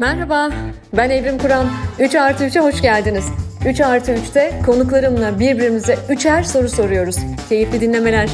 Merhaba, ben Evrim Kur'an. 3 artı 3'e hoş geldiniz. 3 artı 3'te konuklarımla birbirimize üçer soru soruyoruz. Keyifli dinlemeler.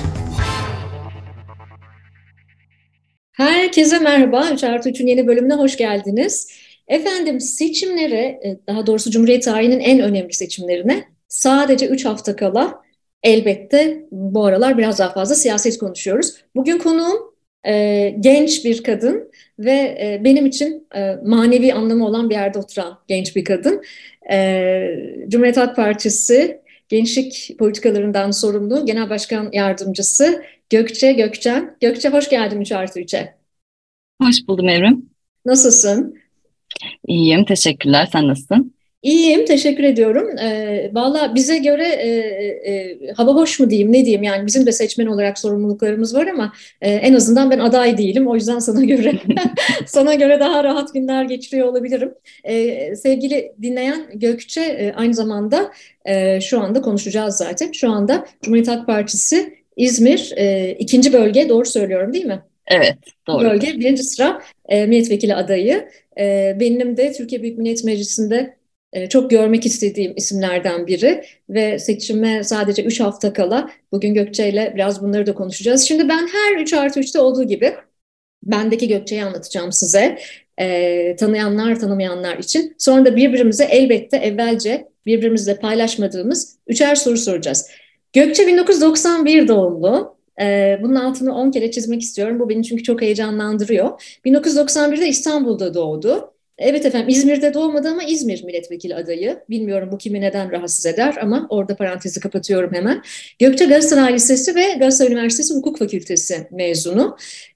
Herkese merhaba, 3 artı 3'ün yeni bölümüne hoş geldiniz. Efendim seçimlere, daha doğrusu Cumhuriyet tarihinin en önemli seçimlerine sadece 3 hafta kala elbette bu aralar biraz daha fazla siyaset konuşuyoruz. Bugün konuğum genç bir kadın ve benim için manevi anlamı olan bir yerde oturan genç bir kadın. Cumhuriyet Halk Partisi Gençlik Politikalarından sorumlu Genel Başkan Yardımcısı Gökçe Gökçen. Gökçe hoş geldin 3 artı 3'e. Hoş buldum Evrim. Nasılsın? İyiyim, teşekkürler. Sen nasılsın? İyiyim, teşekkür ediyorum. Valla bize göre hava hoş mu diyeyim, ne diyeyim? Yani bizim de seçmen olarak sorumluluklarımız var ama en azından ben aday değilim. O yüzden sana göre sana göre daha rahat günler geçiriyor olabilirim. Sevgili dinleyen Gökçe aynı zamanda şu anda konuşacağız zaten. Şu anda Cumhuriyet Halk Partisi İzmir ikinci bölge, doğru söylüyorum değil mi? Evet, doğrudur. Bölge birinci sıra milletvekili adayı. Benim de Türkiye Büyük Millet Meclisi'nde çok görmek istediğim isimlerden biri ve seçime sadece 3 hafta kala bugün Gökçe ile biraz bunları da konuşacağız. Şimdi ben her 3 artı 3'te olduğu gibi bendeki Gökçe'yi anlatacağım size. Tanıyanlar tanımayanlar için. Sonra da birbirimize elbette evvelce birbirimizle paylaşmadığımız üçer soru soracağız. Gökçe 1991 doğumlu. Bunun altını 10 kere çizmek istiyorum. Bu beni çünkü çok heyecanlandırıyor. 1991'de İstanbul'da doğdu. Evet efendim, İzmir'de doğmadı ama İzmir milletvekili adayı. Bilmiyorum bu kimi neden rahatsız eder ama orada parantezi kapatıyorum hemen. Gökçe Galatasaray Lisesi ve Galatasaray Üniversitesi Hukuk Fakültesi mezunu.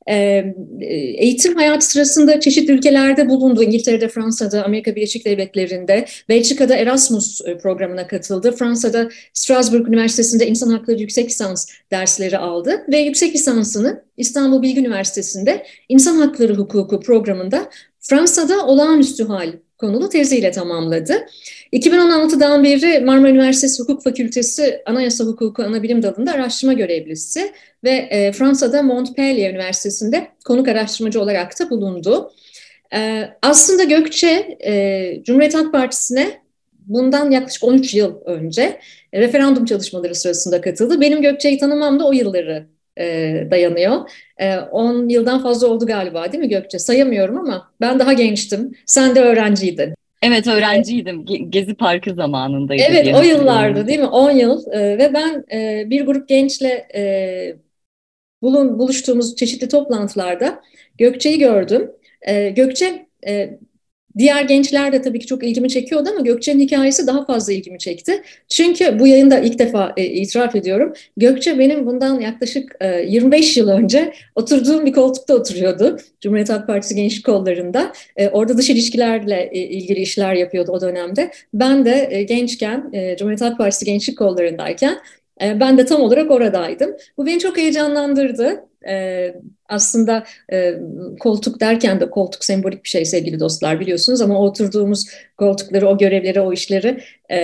Eğitim hayatı sırasında çeşitli ülkelerde bulundu. İngiltere'de, Fransa'da, Amerika Birleşik Devletleri'nde, Belçika'da Erasmus programına katıldı. Fransa'da Strasbourg Üniversitesi'nde İnsan Hakları Yüksek Lisans dersleri aldı ve yüksek lisansını İstanbul Bilgi Üniversitesi'nde İnsan Hakları Hukuku programında Fransa'da olağanüstü hal konulu teziyle tamamladı. 2016'dan beri Marmara Üniversitesi Hukuk Fakültesi Anayasa Hukuku Anabilim Dalı'nda araştırma görevlisi ve Fransa'da Montpellier Üniversitesi'nde konuk araştırmacı olarak da bulundu. Aslında Gökçe, Cumhuriyet Halk Partisi'ne bundan yaklaşık 13 yıl önce referandum çalışmaları sırasında katıldı. Benim Gökçe'yi tanımam da o yılları dayanıyor. 10 yıldan fazla oldu galiba değil mi Gökçe? Sayamıyorum ama ben daha gençtim. Sen de öğrenciydin. Evet, öğrenciydim. Gezi Parkı zamanındaydı Evet, diye o yıllardı hatırlıyorum. değil mi? 10 yıl ve ben bir grup gençle buluştuğumuz çeşitli toplantılarda Gökçe'yi gördüm. Gökçe diğer gençler de tabii ki çok ilgimi çekiyordu ama Gökçe'nin hikayesi daha fazla ilgimi çekti. Çünkü bu yayında ilk defa itiraf ediyorum. Gökçe benim bundan yaklaşık 25 yıl önce oturduğum bir koltukta oturuyordu. Cumhuriyet Halk Partisi Gençlik Kolları'nda. Orada dış ilişkilerle ilgili işler yapıyordu o dönemde. Ben de gençken Cumhuriyet Halk Partisi Gençlik Kolları'ndayken ben de tam olarak oradaydım. Bu beni çok heyecanlandırdı. Aslında koltuk derken de koltuk sembolik bir şey sevgili dostlar biliyorsunuz ama oturduğumuz koltukları, o görevleri, o işleri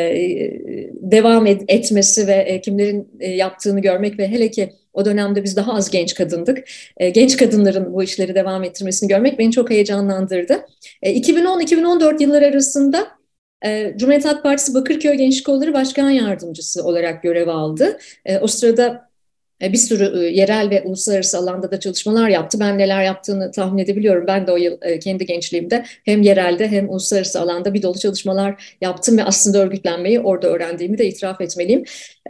devam etmesi ve kimlerin yaptığını görmek ve hele ki o dönemde biz daha az genç kadındık. Genç kadınların bu işleri devam ettirmesini görmek beni çok heyecanlandırdı. 2010-2014 yılları arasında Cumhuriyet Halk Partisi Bakırköy Gençlik Kolları Başkan Yardımcısı olarak görev aldı. O sırada bir sürü yerel ve uluslararası alanda da çalışmalar yaptı. Ben neler yaptığını tahmin edebiliyorum. Ben de o yıl kendi gençliğimde hem yerelde hem uluslararası alanda bir dolu çalışmalar yaptım ve aslında örgütlenmeyi orada öğrendiğimi de itiraf etmeliyim.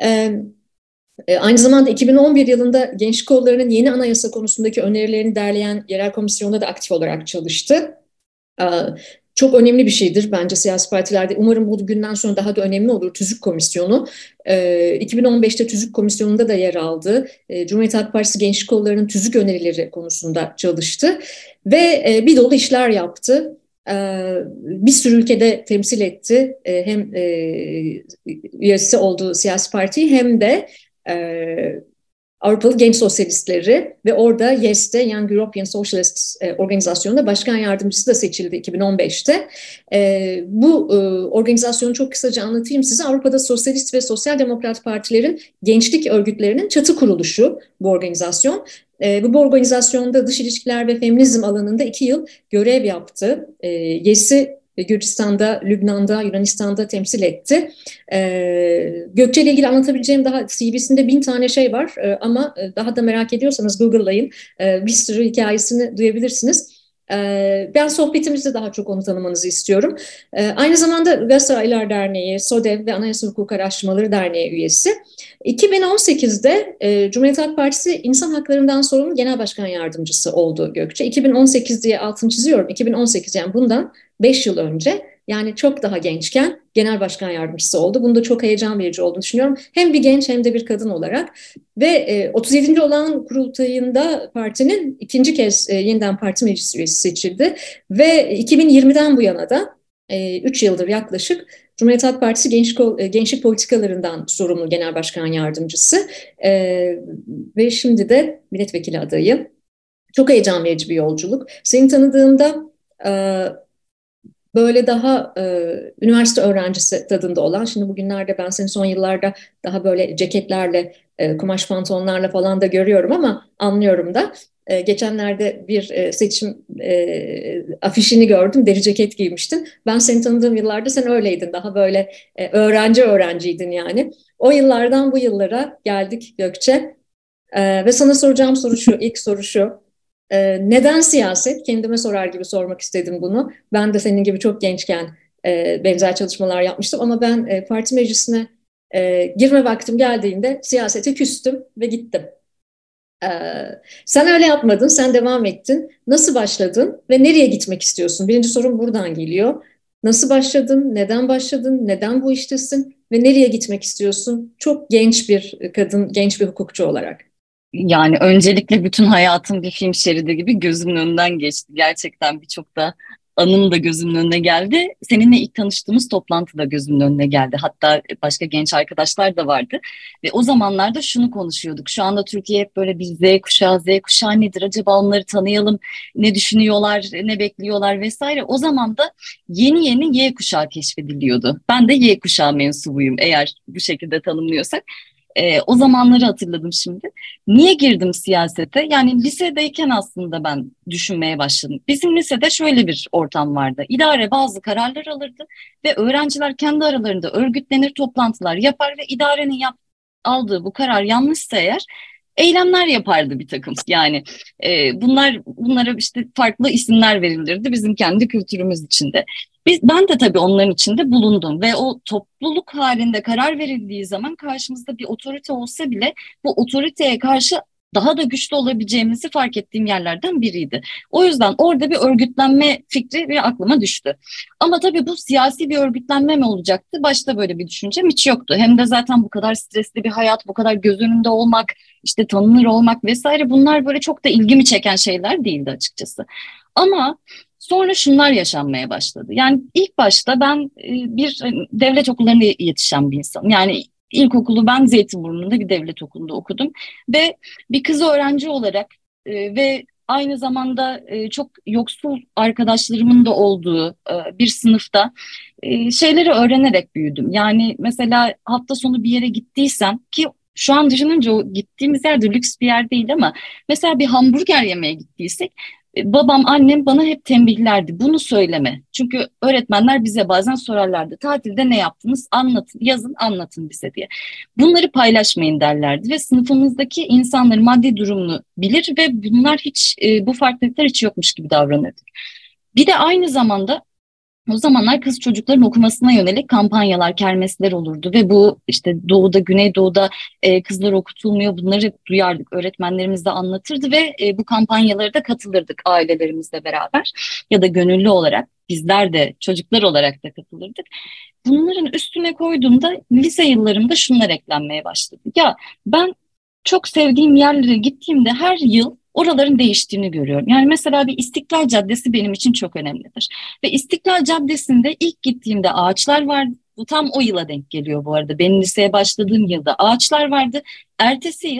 Aynı zamanda 2011 yılında Gençlik Kolları'nın yeni anayasa konusundaki önerilerini derleyen yerel komisyonda da aktif olarak çalıştı. Çok önemli bir şeydir bence siyasi partilerde. Umarım bu günden sonra daha da önemli olur Tüzük Komisyonu. 2015'te Tüzük Komisyonu'nda da yer aldı. Cumhuriyet Halk Partisi Gençlik Kolları'nın tüzük önerileri konusunda çalıştı. Ve bir dolu işler yaptı. Bir sürü ülkede temsil etti. Hem üyesi olduğu siyasi partiyi hem de Avrupalı Genç Sosyalistleri ve orada YES'te Young European Socialists organizasyonunda başkan yardımcısı da seçildi 2015'te. Bu organizasyonu çok kısaca anlatayım size. Avrupa'da sosyalist ve sosyal demokrat partilerin gençlik örgütlerinin çatı kuruluşu bu organizasyon. Bu organizasyonda dış ilişkiler ve feminizm alanında 2 yıl görev yaptı. YES'i Gürcistan'da, Lübnan'da, Yunanistan'da temsil etti. Gökçe ile ilgili anlatabileceğim daha CV'sinde 1000 tane şey var ama daha da merak ediyorsanız Google'layın. Bir sürü hikayesini duyabilirsiniz. Ben sohbetimizde daha çok onu tanımanızı istiyorum. Aynı zamanda Galatasaraylılar Derneği, SODEV ve Anayasa Hukuku Araştırmaları Derneği üyesi. 2018'de Cumhuriyet Halk Partisi İnsan Haklarından Sorumlu Genel Başkan Yardımcısı oldu Gökçe. 2018 diye altını çiziyorum. 2018 yani bundan 5 yıl önce, yani çok daha gençken genel başkan yardımcısı oldu. Bunu da çok heyecan verici olduğunu düşünüyorum. Hem bir genç hem de bir kadın olarak. Ve 37. olağan kurultayında partinin ikinci kez yeniden parti meclis üyesi seçildi. Ve 2020'den bu yana da 3 yıldır yaklaşık Cumhuriyet Halk Partisi gençlik politikalarından sorumlu genel başkan yardımcısı. Ve şimdi de milletvekili adayı. Çok heyecan verici bir yolculuk. Seni tanıdığımda böyle daha üniversite öğrencisi tadında olan, şimdi bugünlerde ben seni son yıllarda daha böyle ceketlerle, kumaş pantolonlarla falan da görüyorum ama anlıyorum da. Geçenlerde bir seçim afişini gördüm, deri ceket giymiştin. Ben seni tanıdığım yıllarda sen öyleydin, daha böyle öğrenciydin yani. O yıllardan bu yıllara geldik Gökçe. Ve sana soracağım soru şu, ilk soru şu. Neden siyaset? Kendime sorar gibi sormak istedim bunu. Ben de senin gibi çok gençken benzer çalışmalar yapmıştım ama ben parti meclisine girme vaktim geldiğinde siyasete küstüm ve gittim. Ee, Sen öyle yapmadın, sen devam ettin. Nasıl başladın ve nereye gitmek istiyorsun? Birinci sorum buradan geliyor. Nasıl başladın, neden başladın, neden bu iştesin ve nereye gitmek istiyorsun? Çok genç bir kadın, genç bir hukukçu olarak. Yani öncelikle bütün hayatım bir film şeridi gibi gözümün önünden geçti. Gerçekten birçok da anım da gözümün önüne geldi. Seninle ilk tanıştığımız toplantı da gözümün önüne geldi. Hatta başka genç arkadaşlar da vardı. Ve o zamanlarda şunu konuşuyorduk. Şu anda Türkiye hep böyle bir Z kuşağı, Z kuşağı nedir? Acaba onları tanıyalım, ne düşünüyorlar, ne bekliyorlar vesaire. O zaman da yeni yeni Y kuşağı keşfediliyordu. Ben de Y kuşağı mensubuyum eğer bu şekilde tanımlıyorsak. O zamanları hatırladım şimdi. Niye girdim siyasete? Yani lisedeyken aslında ben düşünmeye başladım. Bizim lisede şöyle bir ortam vardı. İdare bazı kararlar alırdı ve öğrenciler kendi aralarında örgütlenir, toplantılar yapar ve idarenin aldığı bu karar yanlışsa eğer eylemler yapardı bir takım. Yani bunlara işte farklı isimler verilirdi bizim kendi kültürümüz içinde. Ben de tabii onların içinde bulundum ve o topluluk halinde karar verildiği zaman karşımızda bir otorite olsa bile bu otoriteye karşı daha da güçlü olabileceğimizi fark ettiğim yerlerden biriydi. O yüzden orada bir örgütlenme fikri bir aklıma düştü. Ama tabii bu siyasi bir örgütlenme mi olacaktı? Başta böyle bir düşüncem hiç yoktu. Hem de zaten bu kadar stresli bir hayat, bu kadar göz önünde olmak, işte tanınır olmak vesaire bunlar böyle çok da ilgimi çeken şeyler değildi açıkçası. Ama sonra şunlar yaşanmaya başladı. Yani ilk başta ben bir devlet okullarında yetişen bir insanım. Yani ilkokulu ben Zeytinburnu'nda bir devlet okulunda okudum. Ve bir kız öğrenci olarak ve aynı zamanda çok yoksul arkadaşlarımın da olduğu bir sınıfta şeyleri öğrenerek büyüdüm. Yani mesela hafta sonu bir yere gittiysem ki şu an düşününce o gittiğimiz yer de lüks bir yer değil ama mesela bir hamburger yemeye gittiysek babam, annem bana hep tembihlerdi. Bunu söyleme. Çünkü öğretmenler bize bazen sorarlardı. Tatilde ne yaptınız? Anlatın, yazın, anlatın bize diye. Bunları paylaşmayın derlerdi ve sınıfımızdaki insanların maddi durumunu bilir ve bunlar hiç bu farklılıklar hiç yokmuş gibi davranırdı. Bir de aynı zamanda o zamanlar kız çocukların okumasına yönelik kampanyalar, kermesler olurdu ve bu işte doğuda, güneydoğuda kızlar okutulmuyor. Bunları duyardık, öğretmenlerimiz de anlatırdı ve bu kampanyalara da katılırdık ailelerimizle beraber ya da gönüllü olarak. Bizler de çocuklar olarak da katılırdık. Bunların üstüne koyduğumda lise yıllarımda şunlar eklenmeye başladı. Ya ben çok sevdiğim yerlere gittiğimde her yıl oraların değiştiğini görüyorum. Yani mesela bir İstiklal Caddesi benim için çok önemlidir. Ve İstiklal Caddesi'nde ilk gittiğimde ağaçlar vardı. Bu tam o yıla denk geliyor bu arada. Benim liseye başladığım yılda ağaçlar vardı. Ertesi yıl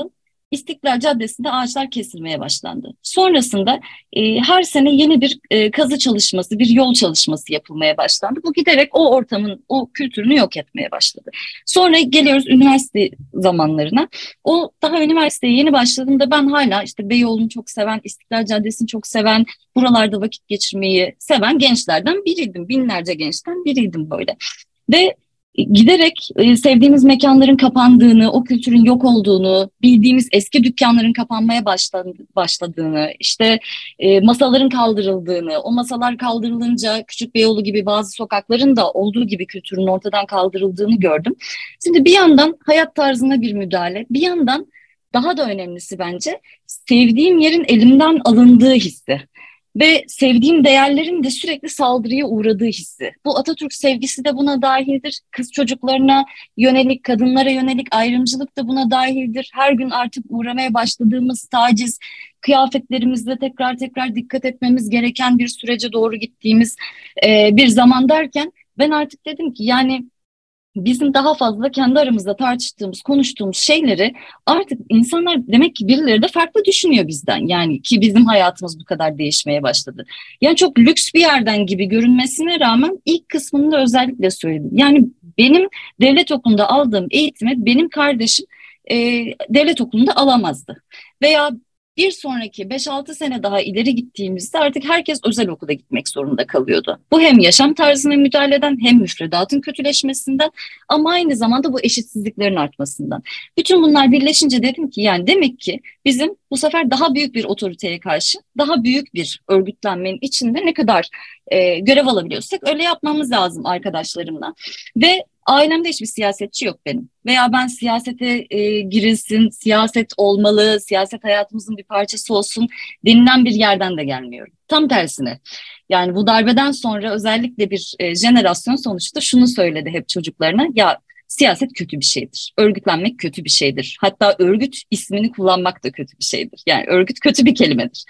İstiklal Caddesi'nde ağaçlar kesilmeye başlandı. Sonrasında her sene yeni bir kazı çalışması, bir yol çalışması yapılmaya başlandı. Bu giderek o ortamın, o kültürünü yok etmeye başladı. Sonra geliyoruz üniversite zamanlarına. O daha üniversiteye yeni başladığımda ben hala işte Beyoğlu'nu çok seven, İstiklal Caddesi'ni çok seven, buralarda vakit geçirmeyi seven gençlerden biriydim. Binlerce gençten biriydim böyle. Ve giderek sevdiğimiz mekanların kapandığını, o kültürün yok olduğunu, bildiğimiz eski dükkanların kapanmaya başladığını, işte masaların kaldırıldığını, o masalar kaldırılınca Küçükbeyoğlu gibi bazı sokakların da olduğu gibi kültürün ortadan kaldırıldığını gördüm. Şimdi bir yandan hayat tarzına bir müdahale, bir yandan daha da önemlisi bence sevdiğim yerin elimden alındığı hissi. Ve sevdiğim değerlerin de sürekli saldırıya uğradığı hissi. Bu Atatürk sevgisi de buna dahildir. Kız çocuklarına yönelik, kadınlara yönelik ayrımcılık da buna dahildir. Her gün artık uğramaya başladığımız taciz, kıyafetlerimizde tekrar tekrar dikkat etmemiz gereken bir sürece doğru gittiğimiz bir zaman derken ben artık dedim ki yani bizim daha fazla kendi aramızda tartıştığımız, konuştuğumuz şeyleri artık insanlar demek ki birileri de farklı düşünüyor bizden. Yani ki bizim hayatımız bu kadar değişmeye başladı. Yani çok lüks bir yerden gibi görünmesine rağmen ilk kısmını da özellikle söyledim. Yani benim devlet okulunda aldığım eğitimi benim kardeşim e, devlet okulunda alamazdı. Veya bir sonraki 5-6 sene daha ileri gittiğimizde artık herkes özel okula gitmek zorunda kalıyordu. Bu hem yaşam tarzına müdahaleden hem müfredatın kötüleşmesinden ama aynı zamanda bu eşitsizliklerin artmasından. Bütün bunlar birleşince dedim ki yani demek ki bizim bu sefer daha büyük bir otoriteye karşı daha büyük bir örgütlenmenin içinde ne kadar görev alabiliyorsak öyle yapmamız lazım arkadaşlarımla. Ve ailemde hiçbir siyasetçi yok benim. Veya ben siyasete girilsin, siyaset olmalı, siyaset hayatımızın bir parçası olsun denilen bir yerden de gelmiyorum. Tam tersine. Yani bu darbeden sonra özellikle bir jenerasyon sonuçta şunu söyledi hep çocuklarına. Ya siyaset kötü bir şeydir. Örgütlenmek kötü bir şeydir. Hatta örgüt ismini kullanmak da kötü bir şeydir. Yani örgüt kötü bir kelimedir.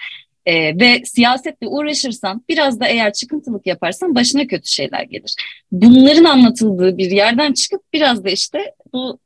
Ve siyasetle uğraşırsan biraz da eğer çıkıntılık yaparsan başına kötü şeyler gelir. Bunların anlatıldığı bir yerden çıkıp biraz da işte bu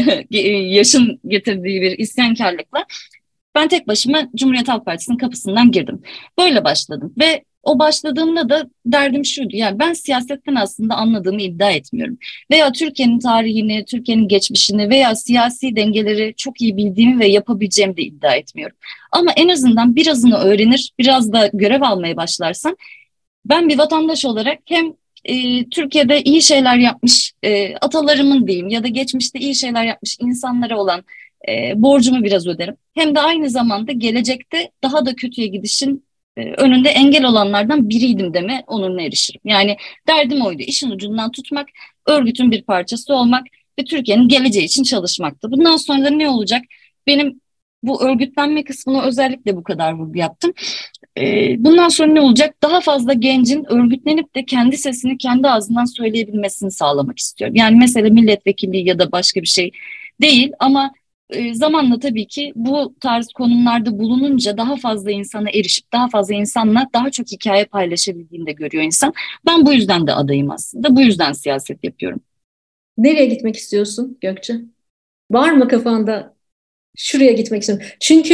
yaşın getirdiği bir isyankarlıkla ben tek başıma Cumhuriyet Halk Partisi'nin kapısından girdim. Böyle başladım ve o başladığımda da derdim şuydu. Yani ben siyasetten aslında anladığımı iddia etmiyorum. Veya Türkiye'nin tarihini, Türkiye'nin geçmişini veya siyasi dengeleri çok iyi bildiğimi ve yapabileceğimi de iddia etmiyorum. Ama en azından birazını öğrenir, biraz da görev almaya başlarsan ben bir vatandaş olarak hem Türkiye'de iyi şeyler yapmış atalarımın diyeyim ya da geçmişte iyi şeyler yapmış insanlara olan borcumu biraz öderim. Hem de aynı zamanda gelecekte daha da kötüye gidişin önünde engel olanlardan biriydim deme onuruna erişirim. Yani derdim oydu. İşin ucundan tutmak, örgütün bir parçası olmak ve Türkiye'nin geleceği için çalışmaktı. Bundan sonra da ne olacak? Benim bu örgütlenme kısmını özellikle bu kadar vurgu yaptım. Bundan sonra ne olacak? Daha fazla gencin örgütlenip de kendi sesini kendi ağzından söyleyebilmesini sağlamak istiyorum. Yani mesela milletvekilliği ya da başka bir şey değil ama zamanla tabii ki bu tarz konumlarda bulununca daha fazla insana erişip daha fazla insanla daha çok hikaye paylaşabildiğini de görüyor insan. Ben bu yüzden de adayım aslında. Bu yüzden siyaset yapıyorum. Nereye gitmek istiyorsun Gökçe? Var mı kafanda şuraya gitmek istiyorum? Çünkü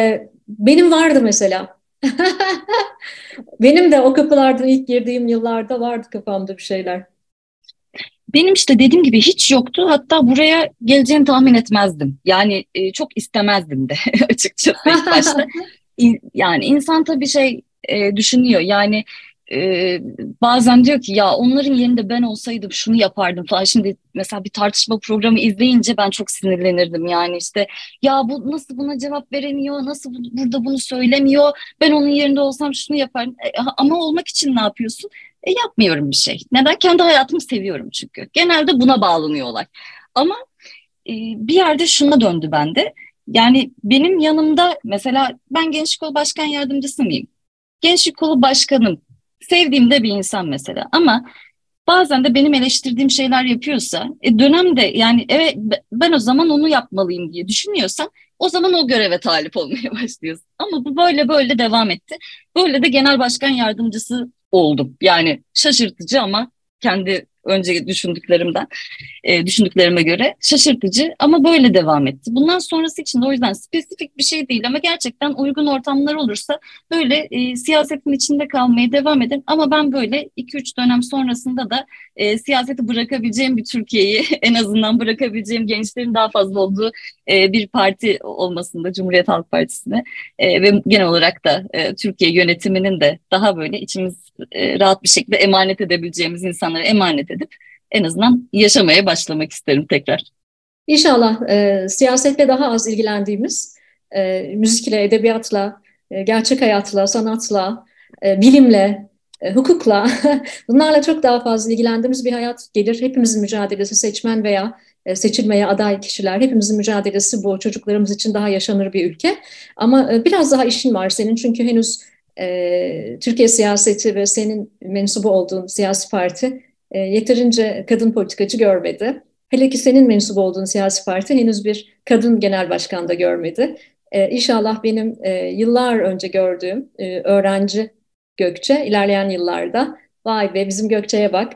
benim vardı mesela. Benim de o kapılardan ilk girdiğim yıllarda vardı kafamda bir şeyler. Benim işte dediğim gibi hiç yoktu. Hatta buraya geleceğini tahmin etmezdim. Yani çok istemezdim de açıkçası ilk başta. Yani insan tabii şey düşünüyor. Yani bazen diyor ki ya onların yerinde ben olsaydım şunu yapardım falan. Şimdi mesela bir tartışma programı izleyince ben çok sinirlenirdim. Yani işte ya bu nasıl buna cevap veremiyor, nasıl burada bunu söylemiyor. Ben onun yerinde olsam şunu yaparım. Ama olmak için ne yapıyorsun? Yapmıyorum bir şey. Neden? Kendi hayatımı seviyorum çünkü. Genelde buna bağlanıyorlar. Ama bir yerde şuna döndü bende. Yani benim yanımda mesela ben Gençlik Kolu Başkan Yardımcısı mıyım? Gençlik Kolu Başkanım. Sevdiğim de bir insan mesela. Ama bazen de benim eleştirdiğim şeyler yapıyorsa dönemde yani evet ben o zaman onu yapmalıyım diye düşünüyorsam o zaman o göreve talip olmaya başlıyorsun. Ama bu böyle böyle devam etti. Böyle de genel başkan yardımcısı oldum. Yani şaşırtıcı ama kendi önce düşündüklerime göre şaşırtıcı ama böyle devam etti. Bundan sonrası için de o yüzden spesifik bir şey değil ama gerçekten uygun ortamlar olursa böyle siyasetin içinde kalmaya devam ederim. Ama ben böyle 2-3 dönem sonrasında da siyaseti bırakabileceğim bir Türkiye'yi en azından bırakabileceğim gençlerin daha fazla olduğu bir parti olmasında Cumhuriyet Halk Partisi'ne ve genel olarak da Türkiye yönetiminin de daha böyle içimiz rahat bir şekilde emanet edebileceğimiz insanlara emanet edip en azından yaşamaya başlamak isterim tekrar. İnşallah siyasetle daha az ilgilendiğimiz, müzikle, edebiyatla, gerçek hayatla, sanatla, bilimle, hukukla, bunlarla çok daha fazla ilgilendiğimiz bir hayat gelir. Hepimizin mücadelesi, seçmen veya seçilmeye aday kişiler, hepimizin mücadelesi bu. Çocuklarımız için daha yaşanır bir ülke. Ama biraz daha işin var senin, çünkü henüz Türkiye siyaseti ve senin mensubu olduğun siyasi parti yeterince kadın politikacı görmedi. Hele ki senin mensup olduğun siyasi parti henüz bir kadın genel başkan da görmedi. İnşallah benim yıllar önce gördüğüm öğrenci Gökçe ilerleyen yıllarda vay be bizim Gökçe'ye bak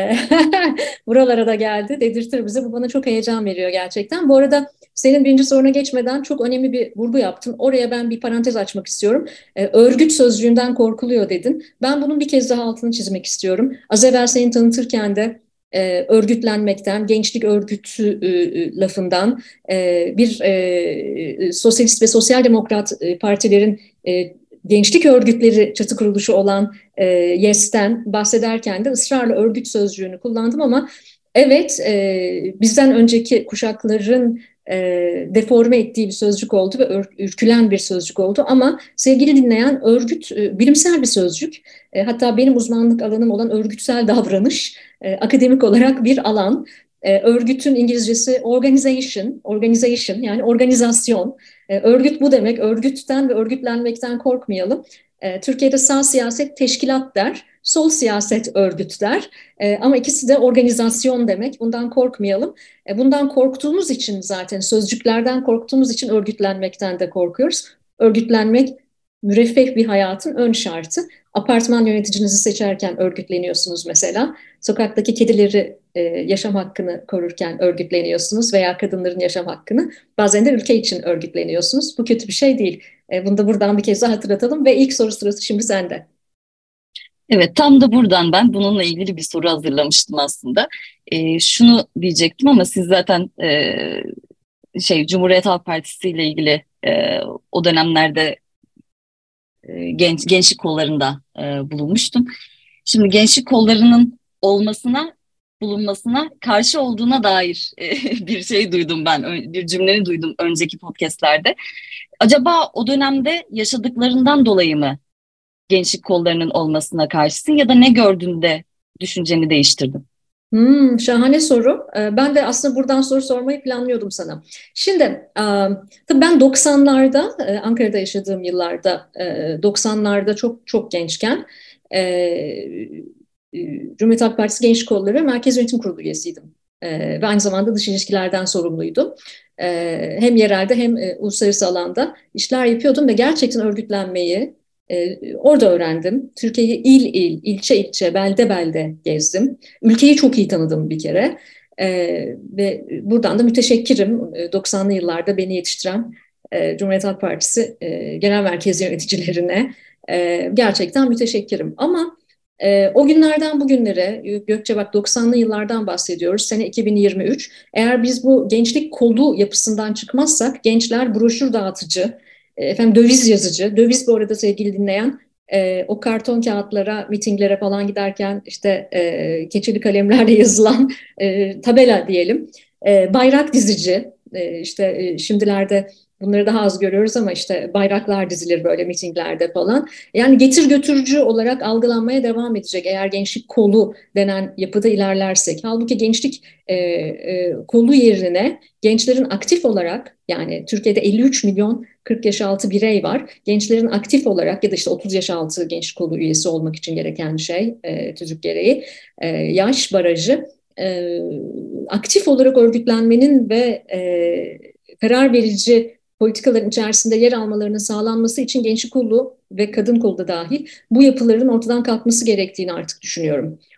buralara da geldi dedirtir bize. Bu bana çok heyecan veriyor gerçekten. Bu arada senin birinci soruna geçmeden çok önemli bir vurgu yaptın. Oraya ben bir parantez açmak istiyorum. Örgüt sözcüğünden korkuluyor dedin. Ben bunun bir kez daha altını çizmek istiyorum. Az evvel seni tanıtırken de örgütlenmekten, gençlik örgütü lafından, bir sosyalist ve sosyal demokrat partilerin gençlik örgütleri çatı kuruluşu olan YES'ten bahsederken de ısrarla örgüt sözcüğünü kullandım ama evet bizden önceki kuşakların deforme ettiği bir sözcük oldu ve ürkülen bir sözcük oldu ama sevgili dinleyen örgüt bilimsel bir sözcük. Hatta benim uzmanlık alanım olan örgütsel davranış akademik olarak bir alan. Örgütün İngilizcesi organization yani organizasyon. Örgüt bu demek. Örgütten ve örgütlenmekten korkmayalım. Türkiye'de sağ siyaset teşkilat der, sol siyaset örgüt der. Ama ikisi de organizasyon demek. Bundan korkmayalım. Bundan korktuğumuz için zaten sözcüklerden korktuğumuz için örgütlenmekten de korkuyoruz. Örgütlenmek müreffeh bir hayatın ön şartı. Apartman yöneticinizi seçerken örgütleniyorsunuz mesela. Sokaktaki kedileri yaşam hakkını korurken örgütleniyorsunuz veya kadınların yaşam hakkını. Bazen de ülke için örgütleniyorsunuz. Bu kötü bir şey değil. Bunu da buradan bir kez daha hatırlatalım ve ilk soru sırası şimdi sende. Evet, tam da buradan ben bununla ilgili bir soru hazırlamıştım aslında. Şunu diyecektim ama siz zaten Cumhuriyet Halk Partisi ile ilgili o dönemlerde gençlik kollarında bulunmuştum. Şimdi gençlik kollarının bulunmasına karşı olduğuna dair bir şey duydum ben, bir cümleni duydum önceki podcastlerde. Acaba o dönemde yaşadıklarından dolayı mı gençlik kollarının olmasına karşısın ya da ne gördüğünde düşünceni değiştirdin? Şahane soru. Ben de aslında buradan soru sormayı planlıyordum sana. Şimdi tabii ben 90'larda Ankara'da yaşadığım yıllarda 90'larda çok çok gençken Cumhuriyet Halk Partisi Gençlik Kolları Merkez Yönetim Kurulu üyesiydim. Ve aynı zamanda dış ilişkilerden sorumluydum. Hem yerelde hem uluslararası alanda işler yapıyordum ve gerçekten örgütlenmeyi orada öğrendim. Türkiye'yi il il, ilçe ilçe, belde belde gezdim. Ülkeyi çok iyi tanıdım bir kere. Ve buradan da müteşekkirim 90'lı yıllarda beni yetiştiren Cumhuriyet Halk Partisi genel merkez yöneticilerine gerçekten müteşekkirim. Ama o günlerden bugünlere, Gökçe bak 90'lı yıllardan bahsediyoruz, sene 2023. Eğer biz bu gençlik kolu yapısından çıkmazsak gençler broşür dağıtıcı, efendim döviz yazıcı, döviz bu arada sevgili dinleyen o karton kağıtlara, mitinglere falan giderken işte keçeli kalemlerle yazılan tabela diyelim, bayrak dizici, işte şimdilerde bunları daha az görüyoruz ama işte bayraklar dizilir böyle mitinglerde falan. Yani getir götürücü olarak algılanmaya devam edecek eğer gençlik kolu denen yapıda ilerlersek. Halbuki gençlik kolu yerine gençlerin aktif olarak, yani Türkiye'de 53 milyon 40 yaş altı birey var. Gençlerin aktif olarak ya da işte 30 yaş altı gençlik kolu üyesi olmak için gereken şey tüzük gereği yaş barajı. Aktif olarak örgütlenmenin ve karar verici politikaların içerisinde yer almalarının sağlanması için gençlik kolu ve kadın kolu da dahil bu yapıların ortadan kalkması gerektiğini artık düşünüyorum.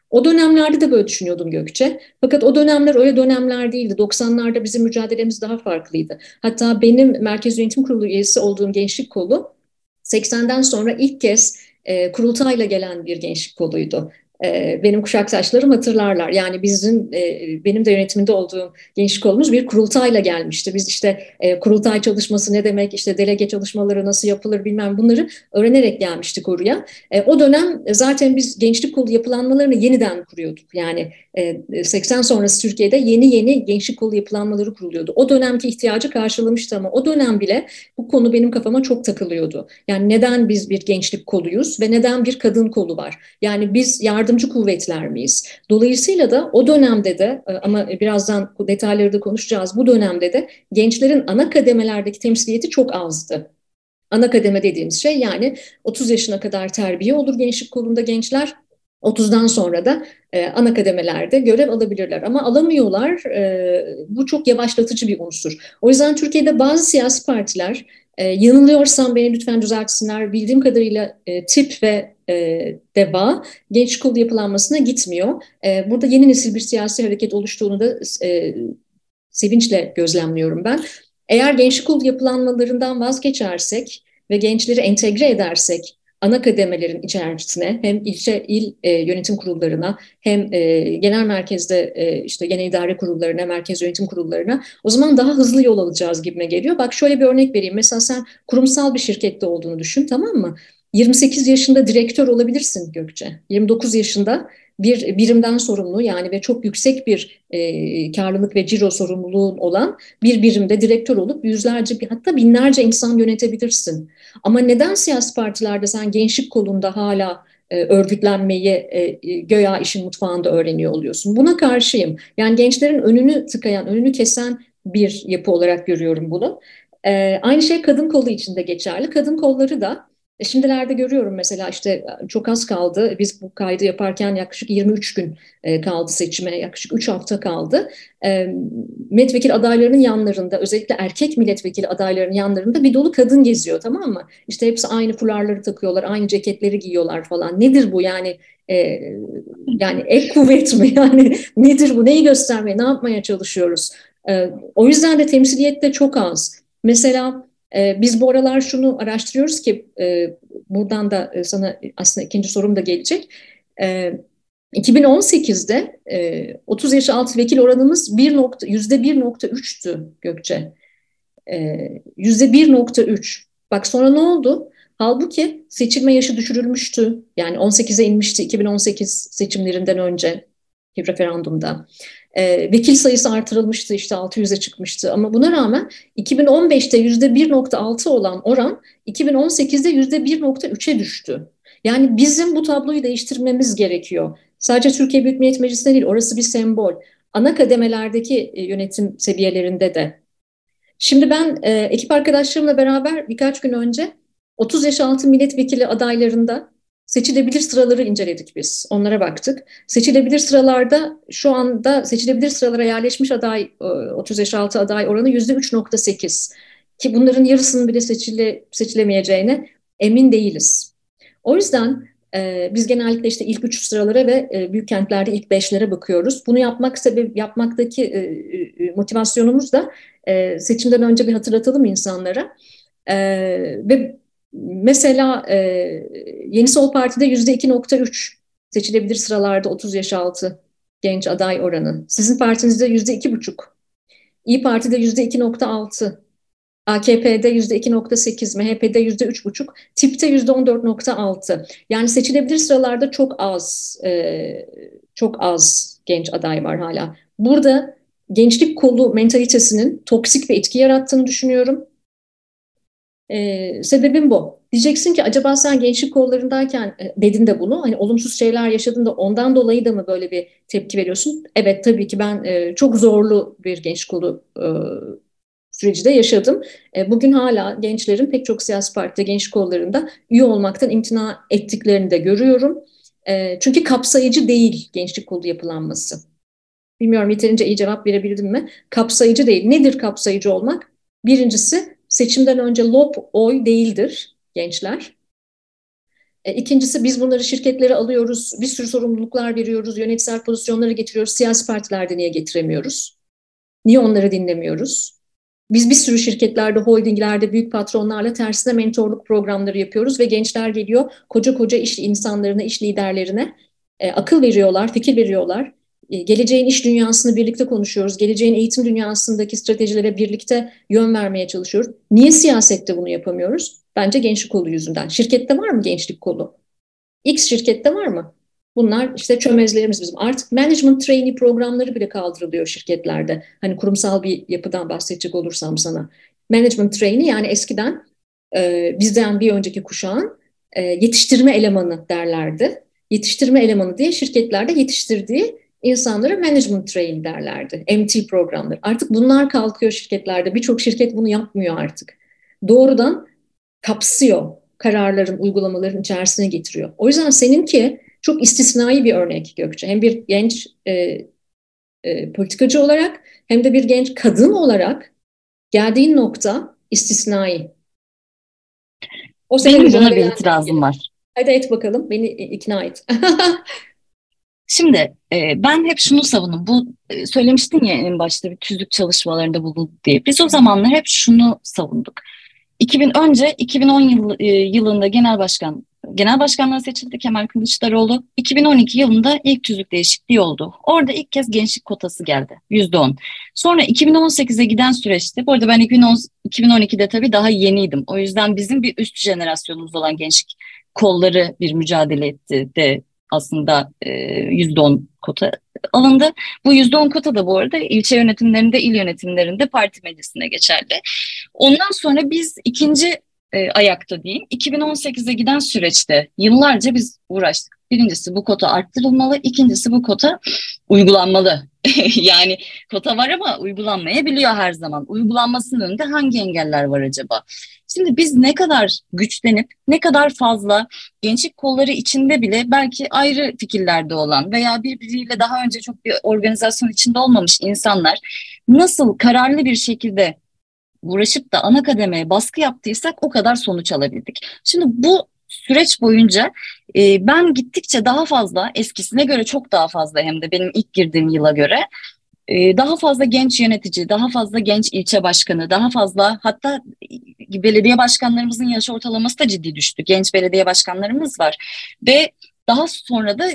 O dönemlerde de böyle düşünüyordum Gökçe. Fakat o dönemler öyle dönemler değildi. 90'larda bizim mücadelemiz daha farklıydı. Hatta benim Merkez Yönetim Kurulu üyesi olduğum gençlik kolu 80'den sonra ilk kez kurultayla gelen bir gençlik koluydu. Benim kuşaktaşlarım hatırlarlar. Yani benim de yönetiminde olduğum gençlik kolumuz bir kurultayla gelmişti. Biz işte kurultay çalışması ne demek, işte delege çalışmaları nasıl yapılır bilmem bunları öğrenerek gelmiştik oraya. O dönem zaten biz gençlik kolu yapılanmalarını yeniden kuruyorduk. Yani 80 sonrası Türkiye'de yeni yeni gençlik kolu yapılanmaları kuruluyordu. O dönemki ihtiyacı karşılamıştı ama o dönem bile bu konu benim kafama çok takılıyordu. Yani neden biz bir gençlik koluyuz ve neden bir kadın kolu var? Yani biz yardımcı kuvvetler miyiz? Dolayısıyla da o dönemde de ama birazdan detayları da konuşacağız. Bu dönemde de gençlerin ana kademelerdeki temsiliyeti çok azdı. Ana kademe dediğimiz şey yani 30 yaşına kadar terbiye olur gençlik kolunda gençler. 30'dan sonra da ana kademelerde görev alabilirler ama alamıyorlar. Bu çok yavaşlatıcı bir unsur. O yüzden Türkiye'de bazı siyasi partiler yanılıyorsam beni lütfen düzeltsinler. Bildiğim kadarıyla tip ve DEVA gençlik kolu yapılanmasına gitmiyor. Burada yeni nesil bir siyasi hareket oluştuğunu da sevinçle gözlemliyorum ben. Eğer gençlik kolu yapılanmalarından vazgeçersek ve gençleri entegre edersek ana kademelerin içerisine hem il yönetim kurullarına hem genel merkezde işte genel idare kurullarına, merkez yönetim kurullarına o zaman daha hızlı yol alacağız gibime geliyor. Bak şöyle bir örnek vereyim. Mesela sen kurumsal bir şirkette olduğunu düşün, tamam mı? 28 yaşında direktör olabilirsin Gökçe. 29 yaşında bir birimden sorumlu yani ve çok yüksek bir karlılık ve ciro sorumluluğun olan bir birimde direktör olup yüzlerce hatta binlerce insan yönetebilirsin. Ama neden siyasi partilerde sen gençlik kolunda hala örgütlenmeyi göya işin mutfağında öğreniyor oluyorsun? Buna karşıyım. Yani gençlerin önünü tıkayan, önünü kesen bir yapı olarak görüyorum bunu. Aynı şey kadın kolu için de geçerli. Kadın kolları da şimdilerde görüyorum mesela işte çok az kaldı. Biz bu kaydı yaparken yaklaşık 23 gün kaldı seçime, yaklaşık 3 hafta kaldı. Milletvekili adaylarının yanlarında, özellikle erkek milletvekili adaylarının yanlarında bir dolu kadın geziyor, tamam mı? İşte hepsi aynı fularları takıyorlar, aynı ceketleri giyiyorlar falan. Nedir bu yani? E, Yani ek kuvvet mi? Yani nedir bu? Neyi göstermeye, ne yapmaya çalışıyoruz? O yüzden de temsiliyet de çok az. Mesela biz bu aralar şunu araştırıyoruz ki buradan da sana aslında ikinci sorum da gelecek. 2018'de 30 yaş altı vekil oranımız %1,3'tü Gökçe. %1,3. Bak sonra ne oldu? Halbuki seçilme yaşı düşürülmüştü. Yani 18'e inmişti 2018 seçimlerinden önce referandumda. Vekil sayısı artırılmıştı, işte 600'e çıkmıştı ama buna rağmen 2015'te %1,6 olan oran 2018'de %1,3'e düştü. Yani bizim bu tabloyu değiştirmemiz gerekiyor. Sadece Türkiye Büyük Millet Meclisi'nde değil, orası bir sembol. Ana kademelerdeki yönetim seviyelerinde de. Şimdi ben ekip arkadaşlarımla beraber birkaç gün önce 30 yaş altı milletvekili adaylarında seçilebilir sıraları inceledik biz. Onlara baktık. Seçilebilir sıralarda şu anda seçilebilir sıralara yerleşmiş 30 yaş altı aday oranı %3,8. Ki bunların yarısının bile seçilemeyeceğine emin değiliz. O yüzden biz genellikle işte ilk 3 sıralara ve büyük kentlerde ilk 5'lere bakıyoruz. Bunu yapmaktaki motivasyonumuz da seçimden önce bir hatırlatalım insanlara. Ve mesela Yeni Sol Parti'de %2,3 seçilebilir sıralarda 30 yaş altı genç aday oranı. Sizin partinizde %2,5. İyi Parti'de %2,6. AKP'de %2,8, MHP'de %3,5, TİP'te %14,6. Yani seçilebilir sıralarda çok az genç aday var hala. Burada gençlik kolu mentalitesinin toksik bir etki yarattığını düşünüyorum. Sebebim bu. Diyeceksin ki acaba sen gençlik kollarındayken dedin de bunu hani olumsuz şeyler yaşadın da ondan dolayı da mı böyle bir tepki veriyorsun? Evet tabii ki ben çok zorlu bir gençlik kolu süreci de yaşadım. Bugün hala gençlerin pek çok siyasi partide gençlik kollarında üye olmaktan imtina ettiklerini de görüyorum. Çünkü kapsayıcı değil gençlik kolu yapılanması. Bilmiyorum yeterince iyi cevap verebildim mi? Kapsayıcı değil. Nedir kapsayıcı olmak? Birincisi seçimden önce lob oy değildir gençler. İkincisi biz bunları şirketlere alıyoruz, bir sürü sorumluluklar veriyoruz, yönetsel pozisyonlara getiriyoruz. Siyasi partilerde niye getiremiyoruz? Niye onları dinlemiyoruz? Biz bir sürü şirketlerde, holdinglerde, büyük patronlarla tersine mentorluk programları yapıyoruz ve gençler geliyor koca koca iş insanlarına, iş liderlerine akıl veriyorlar, fikir veriyorlar. Geleceğin iş dünyasını birlikte konuşuyoruz. Geleceğin eğitim dünyasındaki stratejilere birlikte yön vermeye çalışıyoruz. Niye siyasette bunu yapamıyoruz? Bence gençlik kolu yüzünden. Şirkette var mı gençlik kolu? X şirkette var mı? Bunlar işte çömezlerimiz bizim. Artık management trainee programları bile kaldırılıyor şirketlerde. Hani kurumsal bir yapıdan bahsedecek olursam sana. Management trainee yani eskiden bizden bir önceki kuşağın yetiştirme elemanı derlerdi. Yetiştirme elemanı diye şirketlerde yetiştirdiği insanlara management trainee derlerdi. MT programları. Artık bunlar kalkıyor şirketlerde. Birçok şirket bunu yapmıyor artık. Doğrudan kapsıyor, kararların, uygulamaların içerisine getiriyor. O yüzden seninki çok istisnai bir örnek Gökçe. Hem bir genç politikacı olarak hem de bir genç kadın olarak geldiğin nokta istisnai. O senin Benim buna bir mücadelenle itirazım ilgili. var. Hadi et bakalım, beni ikna et. Şimdi ben hep şunu savundum. Bu söylemiştin ya en başta bir tüzük çalışmalarında bulunduk diye. Biz o zamanlar hep şunu savunduk. 2010 yılında genel başkanlığa seçildi Kemal Kılıçdaroğlu. 2012 yılında ilk tüzük değişikliği oldu. Orada ilk kez gençlik kotası geldi. %10. Sonra 2018'e giden süreçte, bu arada ben 2012'de tabii daha yeniydim. O yüzden bizim bir üst jenerasyonumuz olan gençlik kolları bir mücadele etti de aslında %10 kota alındı. Bu %10 kota da bu arada ilçe yönetimlerinde, il yönetimlerinde parti meclisine geçerli. Ondan sonra biz ikinci ayakta diyeyim 2018'e giden süreçte yıllarca biz uğraştık. Birincisi bu kota arttırılmalı, ikincisi bu kota uygulanmalı. Yani kota var ama uygulanmayabiliyor her zaman. Uygulanmasının önünde hangi engeller var acaba? Şimdi biz ne kadar güçlenip ne kadar fazla gençlik kolları içinde bile belki ayrı fikirlerde olan veya birbiriyle daha önce çok bir organizasyon içinde olmamış insanlar nasıl kararlı bir şekilde uğraşıp da ana kademeye baskı yaptıysak o kadar sonuç alabildik. Şimdi bu süreç boyunca ben gittikçe daha fazla, eskisine göre çok daha fazla, hem de benim ilk girdiğim yıla göre daha fazla genç yönetici, daha fazla genç ilçe başkanı, daha fazla, hatta belediye başkanlarımızın yaş ortalaması da ciddi düştü. Genç belediye başkanlarımız var ve daha sonra da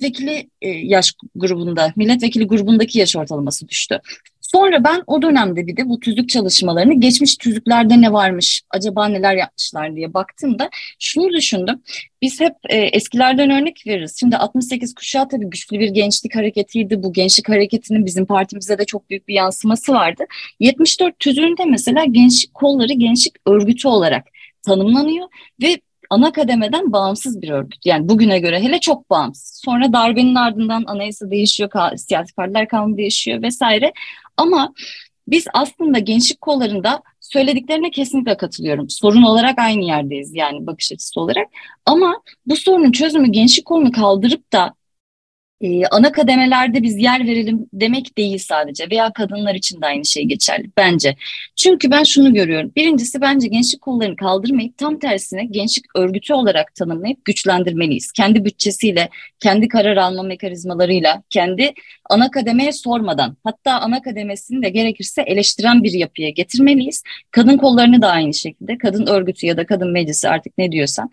milletvekili grubundaki yaş ortalaması düştü. Sonra ben o dönemde bir de bu tüzük çalışmalarını, geçmiş tüzüklerde ne varmış, acaba neler yapmışlar diye baktığımda şunu düşündüm. Biz hep eskilerden örnek veririz. Şimdi 68 kuşağı tabii güçlü bir gençlik hareketiydi. Bu gençlik hareketinin bizim partimize de çok büyük bir yansıması vardı. 74 tüzüğünde mesela gençlik kolları gençlik örgütü olarak tanımlanıyor ve ana kademeden bağımsız bir örgüt. Yani bugüne göre hele çok bağımsız. Sonra darbenin ardından anayasa değişiyor, siyasi partiler kanunu değişiyor vesaire. Ama biz aslında gençlik kollarında söylediklerine kesinlikle katılıyorum. Sorun olarak aynı yerdeyiz, yani bakış açısı olarak. Ama bu sorunun çözümü gençlik kolunu kaldırıp da ana kademelerde biz yer verelim demek değil sadece, veya kadınlar için de aynı şey geçerli bence. Çünkü ben şunu görüyorum. Birincisi, bence gençlik kollarını kaldırmayıp tam tersine gençlik örgütü olarak tanımlayıp güçlendirmeliyiz. Kendi bütçesiyle, kendi karar alma mekanizmalarıyla, kendi ana kademeye sormadan, hatta ana kademesini de gerekirse eleştiren bir yapıya getirmeliyiz. Kadın kollarını da aynı şekilde, kadın örgütü ya da kadın meclisi, artık ne diyorsan,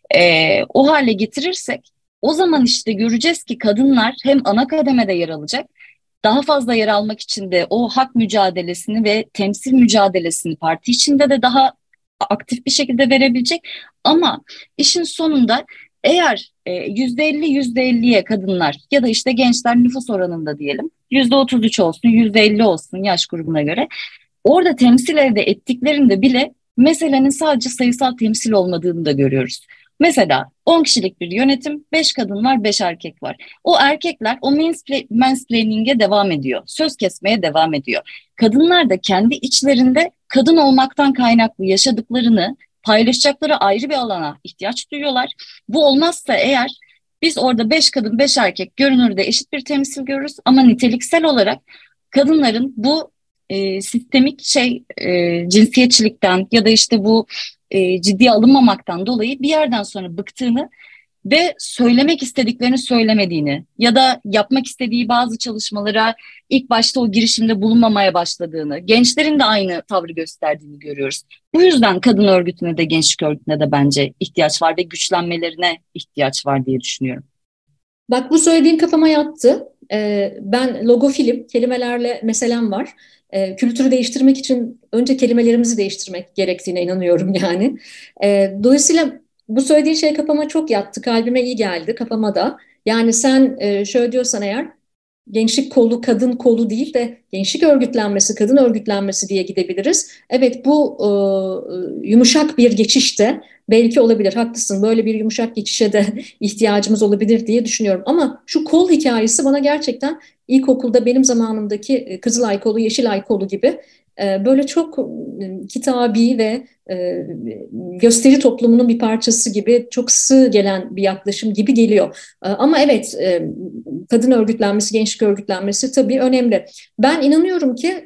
o hale getirirsek, o zaman işte göreceğiz ki kadınlar hem ana kademede yer alacak, daha fazla yer almak için de o hak mücadelesini ve temsil mücadelesini parti içinde de daha aktif bir şekilde verebilecek. Ama işin sonunda eğer %50-%50'ye kadınlar ya da işte gençler nüfus oranında diyelim %33 olsun, %50 olsun yaş grubuna göre, orada temsil elde ettiklerinde bile meselenin sadece sayısal temsil olmadığını da görüyoruz. Mesela 10 kişilik bir yönetim, 5 kadın var, 5 erkek var. O erkekler o mansplaining'e devam ediyor, söz kesmeye devam ediyor. Kadınlar da kendi içlerinde kadın olmaktan kaynaklı yaşadıklarını paylaşacakları ayrı bir alana ihtiyaç duyuyorlar. Bu olmazsa eğer, biz orada 5 kadın 5 erkek görünürde eşit bir temsil görürüz ama niteliksel olarak kadınların bu sistemik cinsiyetçilikten ya da işte bu ciddiye alınmamaktan dolayı bir yerden sonra bıktığını ve söylemek istediklerini söylemediğini ya da yapmak istediği bazı çalışmalara ilk başta o girişimde bulunmamaya başladığını, gençlerin de aynı tavrı gösterdiğini görüyoruz. Bu yüzden kadın örgütüne de gençlik örgütüne de bence ihtiyaç var ve güçlenmelerine ihtiyaç var diye düşünüyorum. Bak, bu söylediğin kafama yattı. Ben logofilim, kelimelerle meselem var. Kültürü değiştirmek için önce kelimelerimizi değiştirmek gerektiğine inanıyorum yani. Dolayısıyla bu söylediğin şey kafama çok yattı, kalbime iyi geldi, kafama da. Yani sen şöyle diyorsan eğer, gençlik kolu kadın kolu değil de gençlik örgütlenmesi, kadın örgütlenmesi diye gidebiliriz. Evet, bu yumuşak bir geçiş de belki olabilir. Haklısın, böyle bir yumuşak geçişe de ihtiyacımız olabilir diye düşünüyorum. Ama şu kol hikayesi bana gerçekten ilkokulda benim zamanımdaki Kızılay kolu, Yeşilay kolu gibi böyle çok kitabi ve gösteri toplumunun bir parçası gibi, çok sığ gelen bir yaklaşım gibi geliyor. Ama evet, kadın örgütlenmesi, gençlik örgütlenmesi tabii önemli. Ben inanıyorum ki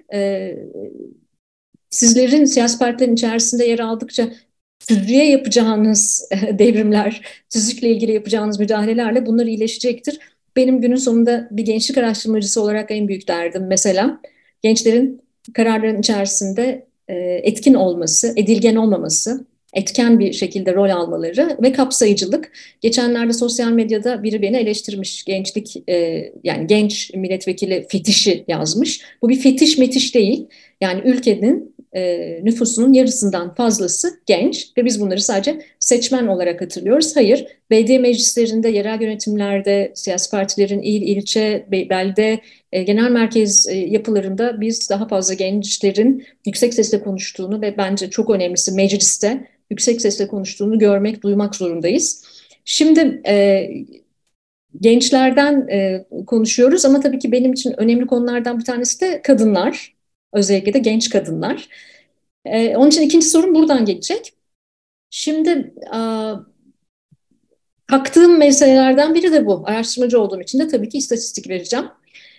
sizlerin siyasi partilerin içerisinde yer aldıkça tüzüğe yapacağınız devrimler, tüzükle ilgili yapacağınız müdahalelerle bunlar iyileşecektir. Benim günün sonunda bir gençlik araştırmacısı olarak en büyük derdim mesela gençlerin kararların içerisinde etkin olması, edilgen olmaması, etken bir şekilde rol almaları ve kapsayıcılık. Geçenlerde sosyal medyada biri beni eleştirmiş. Gençlik, yani genç milletvekili fetişi yazmış. Bu bir fetiş metiş değil. Yani ülkenin nüfusunun yarısından fazlası genç ve biz bunları sadece seçmen olarak hatırlıyoruz. Hayır, belediye meclislerinde, yerel yönetimlerde, siyasi partilerin il, ilçe, belde, genel merkez yapılarında biz daha fazla gençlerin yüksek sesle konuştuğunu ve bence çok önemlisi mecliste yüksek sesle konuştuğunu görmek, duymak zorundayız. Şimdi gençlerden konuşuyoruz ama tabii ki benim için önemli konulardan bir tanesi de kadınlar. Özellikle de genç kadınlar. Onun için ikinci sorum buradan gelecek. Şimdi baktığım meselelerden biri de bu. Araştırmacı olduğum için de tabii ki istatistik vereceğim.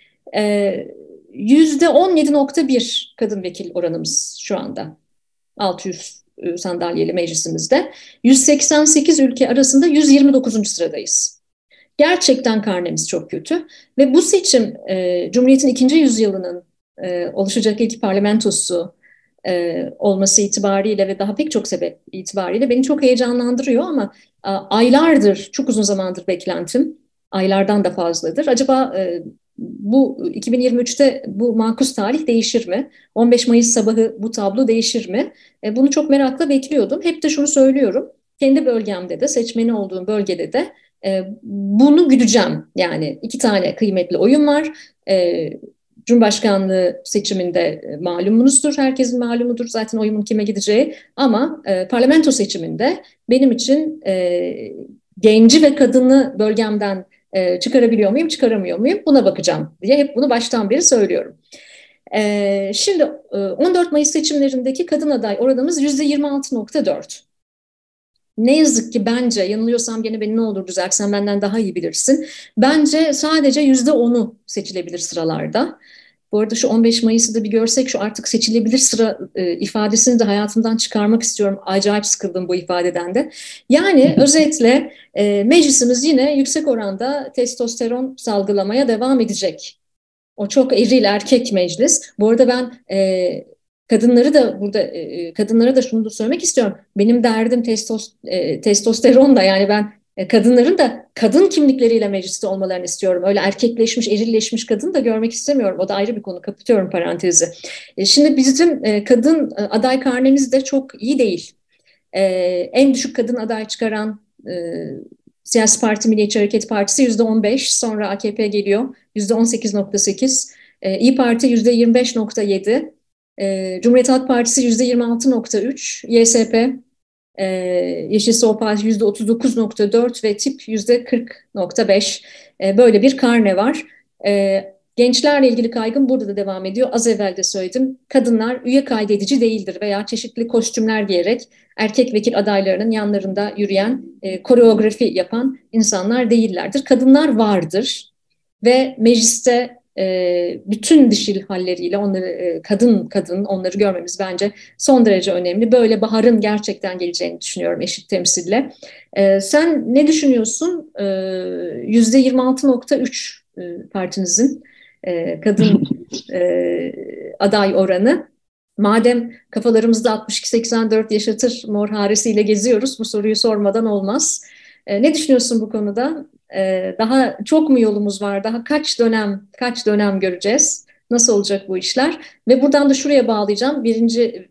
%17,1 kadın vekil oranımız şu anda. 600 sandalyeli meclisimizde. 188 ülke arasında 129. sıradayız. Gerçekten karnemiz çok kötü ve bu seçim Cumhuriyet'in ikinci yüzyılının oluşacak ilk parlamentosu olması itibariyle ve daha pek çok sebep itibariyle beni çok heyecanlandırıyor ama aylardır, çok uzun zamandır beklentim, aylardan da fazladır. Acaba bu 2023'te bu makus tarih değişir mi? 15 Mayıs sabahı bu tablo değişir mi? Bunu çok merakla bekliyordum. Hep de şunu söylüyorum, kendi bölgemde de, seçmeni olduğum bölgede de bunu güdeceğim. Yani 2 tane kıymetli oyun var. Cumhurbaşkanlığı seçiminde malumunuzdur, herkesin malumudur zaten oyumun kime gideceği. Ama parlamento seçiminde benim için genci ve kadını bölgemden çıkarabiliyor muyum, çıkaramıyor muyum? Buna bakacağım diye hep bunu baştan beri söylüyorum. Şimdi 14 Mayıs seçimlerindeki kadın aday oranımız %26,4. Ne yazık ki bence, yanılıyorsam gene beni ne olur düzelt, sen benden daha iyi bilirsin. Bence sadece %10'u seçilebilir sıralarda. Bu arada şu 15 Mayıs'ı da bir görsek, şu artık seçilebilir sıra ifadesini de hayatımdan çıkarmak istiyorum. Acayip sıkıldım bu ifadeden de. Yani özetle meclisimiz yine yüksek oranda testosteron salgılamaya devam edecek. O çok eril erkek meclis. Bu arada ben kadınları da burada kadınlara da şunu da söylemek istiyorum. Benim derdim testosteron da, yani ben kadınların da kadın kimlikleriyle mecliste olmalarını istiyorum. Öyle erkekleşmiş, erilleşmiş kadın da görmek istemiyorum. O da ayrı bir konu. Kapatıyorum parantezi. Şimdi bizim kadın aday karnemiz de çok iyi değil. En düşük kadın aday çıkaran siyasi parti Milliyetçi Hareket Partisi %15, sonra AKP geliyor %18,8, İYİ Parti %25,7, Cumhuriyet Halk Partisi %26,3, YSP, Yeşil Sol Parti %39,4 ve TİP %40,5. Böyle bir karne var. Gençlerle ilgili kaygım burada da devam ediyor. Az evvel de söyledim. Kadınlar üye kaydedici değildir veya çeşitli kostümler giyerek erkek vekil adaylarının yanlarında yürüyen, koreografi yapan insanlar değillerdir. Kadınlar vardır ve mecliste bütün dişil halleriyle onları kadın kadın onları görmemiz bence son derece önemli. Böyle baharın gerçekten geleceğini düşünüyorum eşit temsille. Sen ne düşünüyorsun? %26,3 partinizin kadın aday oranı. Madem kafalarımızda 62-84 yaşatır mor haresiyle geziyoruz, bu soruyu sormadan olmaz. Ne düşünüyorsun bu konuda? Daha çok mu yolumuz var? Daha kaç dönem göreceğiz? Nasıl olacak bu işler? Ve buradan da şuraya bağlayacağım. Birinci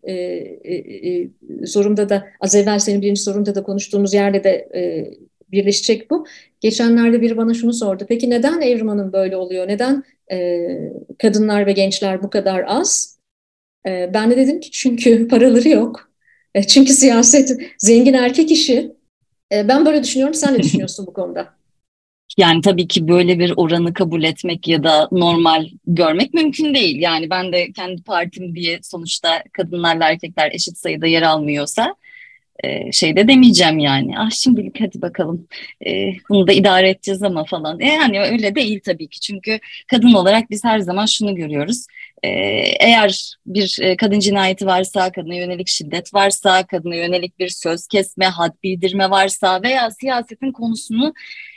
sorumda da az evvel senin birinci sorunda da konuştuğumuz yerde de birleşecek bu. Geçenlerde biri bana şunu sordu. Peki neden Evrim Hanım böyle oluyor? Neden kadınlar ve gençler bu kadar az? Ben de dedim ki çünkü paraları yok. Çünkü siyaset zengin erkek işi. Ben böyle düşünüyorum. Sen ne düşünüyorsun bu konuda? Yani tabii ki böyle bir oranı kabul etmek ya da normal görmek mümkün değil. Yani ben de kendi partim diye sonuçta kadınlarla erkekler eşit sayıda yer almıyorsa şey de demeyeceğim yani. Ah şimdilik hadi bakalım bunu da idare edeceğiz ama falan. Yani öyle değil tabii ki. Çünkü kadın olarak biz her zaman şunu görüyoruz. E, Eğer bir kadın cinayeti varsa, kadına yönelik şiddet varsa, kadına yönelik bir söz kesme, had bildirme varsa veya siyasetin konusunu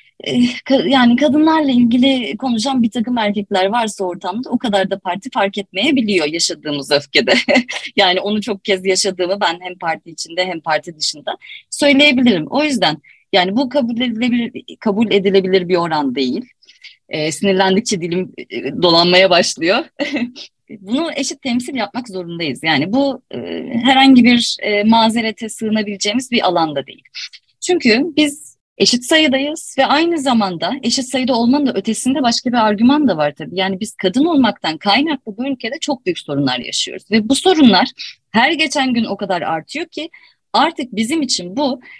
yani kadınlarla ilgili konuşan bir takım erkekler varsa ortamda o kadar da parti fark etmeyebiliyor yaşadığımız öfkede. Yani onu çok kez yaşadığımı ben hem parti içinde hem parti dışında söyleyebilirim. O yüzden yani bu kabul edilebilir bir oran değil. Sinirlendikçe dilim dolanmaya başlıyor. Bunu eşit temsil yapmak zorundayız. Yani bu herhangi bir mazerete sığınabileceğimiz bir alanda değil. Çünkü biz eşit sayıdayız ve aynı zamanda eşit sayıda olmanın da ötesinde başka bir argüman da var tabii. Yani biz kadın olmaktan kaynaklı bu ülkede çok büyük sorunlar yaşıyoruz. Ve bu sorunlar her geçen gün o kadar artıyor ki artık bizim için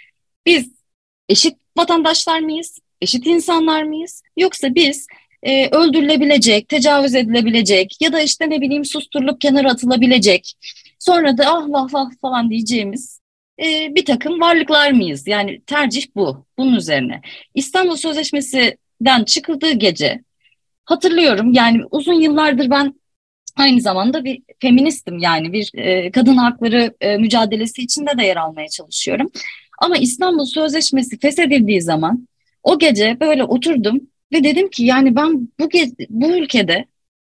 biz eşit vatandaşlar mıyız? Eşit insanlar mıyız? Yoksa biz öldürülebilecek, tecavüz edilebilecek ya da işte ne bileyim susturulup kenara atılabilecek, sonra da ah vah vah falan diyeceğimiz bir takım varlıklar mıyız? Yani tercih bu. Bunun üzerine. İstanbul Sözleşmesi'den çıkıldığı gece hatırlıyorum yani uzun yıllardır ben aynı zamanda bir feministim yani bir kadın hakları mücadelesi içinde de yer almaya çalışıyorum. Ama İstanbul Sözleşmesi feshedildiği zaman o gece böyle oturdum ve dedim ki yani ben bu ülkede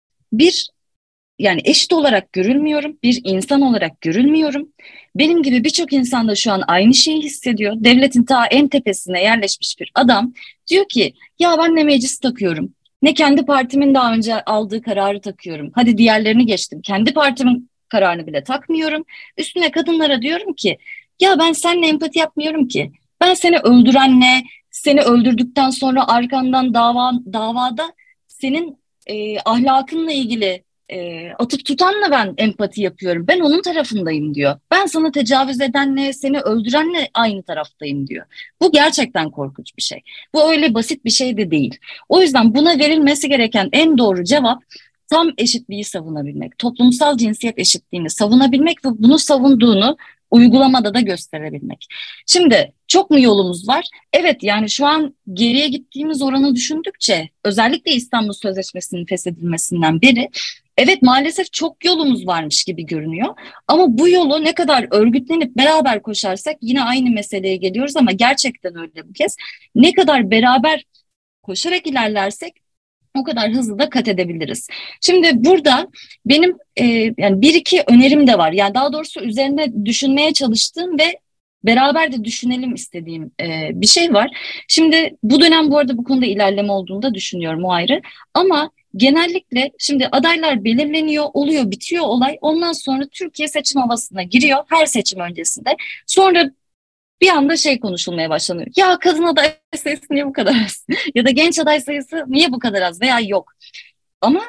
bir yani eşit olarak görülmüyorum, bir insan olarak görülmüyorum. Benim gibi birçok insan da şu an aynı şeyi hissediyor. Devletin ta en tepesine yerleşmiş bir adam diyor ki ya ben ne meclis takıyorum, ne kendi partimin daha önce aldığı kararı takıyorum. Hadi diğerlerini geçtim. Kendi partimin kararını bile takmıyorum. Üstüne kadınlara diyorum ki ya ben seninle empati yapmıyorum ki. Ben seni öldürenle, seni öldürdükten sonra arkandan davada senin ahlakınla ilgili atıp tutanla ben empati yapıyorum. Ben onun tarafındayım diyor. Ben sana tecavüz edenle, seni öldürenle aynı taraftayım diyor. Bu gerçekten korkunç bir şey. Bu öyle basit bir şey de değil. O yüzden buna verilmesi gereken en doğru cevap tam eşitliği savunabilmek, toplumsal cinsiyet eşitliğini savunabilmek ve bunu savunduğunu uygulamada da gösterebilmek. Şimdi çok mu yolumuz var? Evet yani şu an geriye gittiğimiz oranı düşündükçe özellikle İstanbul Sözleşmesi'nin feshedilmesinden beri evet maalesef çok yolumuz varmış gibi görünüyor. Ama bu yolu ne kadar örgütlenip beraber koşarsak yine aynı meseleye geliyoruz ama gerçekten öyle bu kez. Ne kadar beraber koşarak ilerlersek o kadar hızlı da kat edebiliriz. Şimdi burada benim yani bir iki önerim de var. Yani daha doğrusu üzerine düşünmeye çalıştığım ve beraber de düşünelim istediğim bir şey var. Şimdi bu dönem bu arada bu konuda ilerleme olduğunu da düşünüyorum o ayrı. Ama genellikle şimdi adaylar belirleniyor, oluyor, bitiyor olay. Ondan sonra Türkiye seçim havasına giriyor her seçim öncesinde. Sonra bir anda şey konuşulmaya başlanıyor. Ya kadın aday sayısı niye bu kadar az? Ya da genç aday sayısı niye bu kadar az veya yok? Ama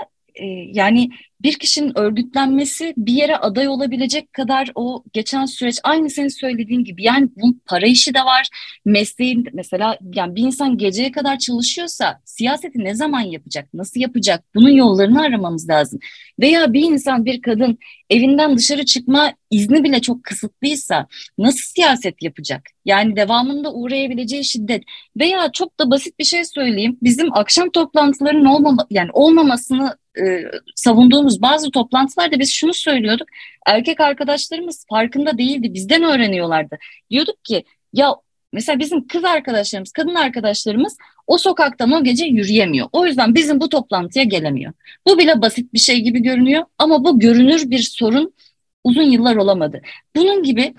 yani bir kişinin örgütlenmesi bir yere aday olabilecek kadar o geçen süreç aynı senin söylediğin gibi yani bunun para işi de var. Mesleğin mesela yani bir insan geceye kadar çalışıyorsa siyaseti ne zaman yapacak? Nasıl yapacak? Bunun yollarını aramamız lazım. Veya bir insan bir kadın evinden dışarı çıkma izni bile çok kısıtlıysa nasıl siyaset yapacak? Yani devamında uğrayabileceği şiddet veya çok da basit bir şey söyleyeyim. Bizim akşam toplantılarının olmamasını savunduğumuz bazı toplantılarda biz şunu söylüyorduk. Erkek arkadaşlarımız farkında değildi. Bizden öğreniyorlardı. Diyorduk ki ya mesela bizim kız arkadaşlarımız, kadın arkadaşlarımız o sokaktan o gece yürüyemiyor. O yüzden bizim bu toplantıya gelemiyor. Bu bile basit bir şey gibi görünüyor ama bu görünür bir sorun uzun yıllar olamadı. Bunun gibi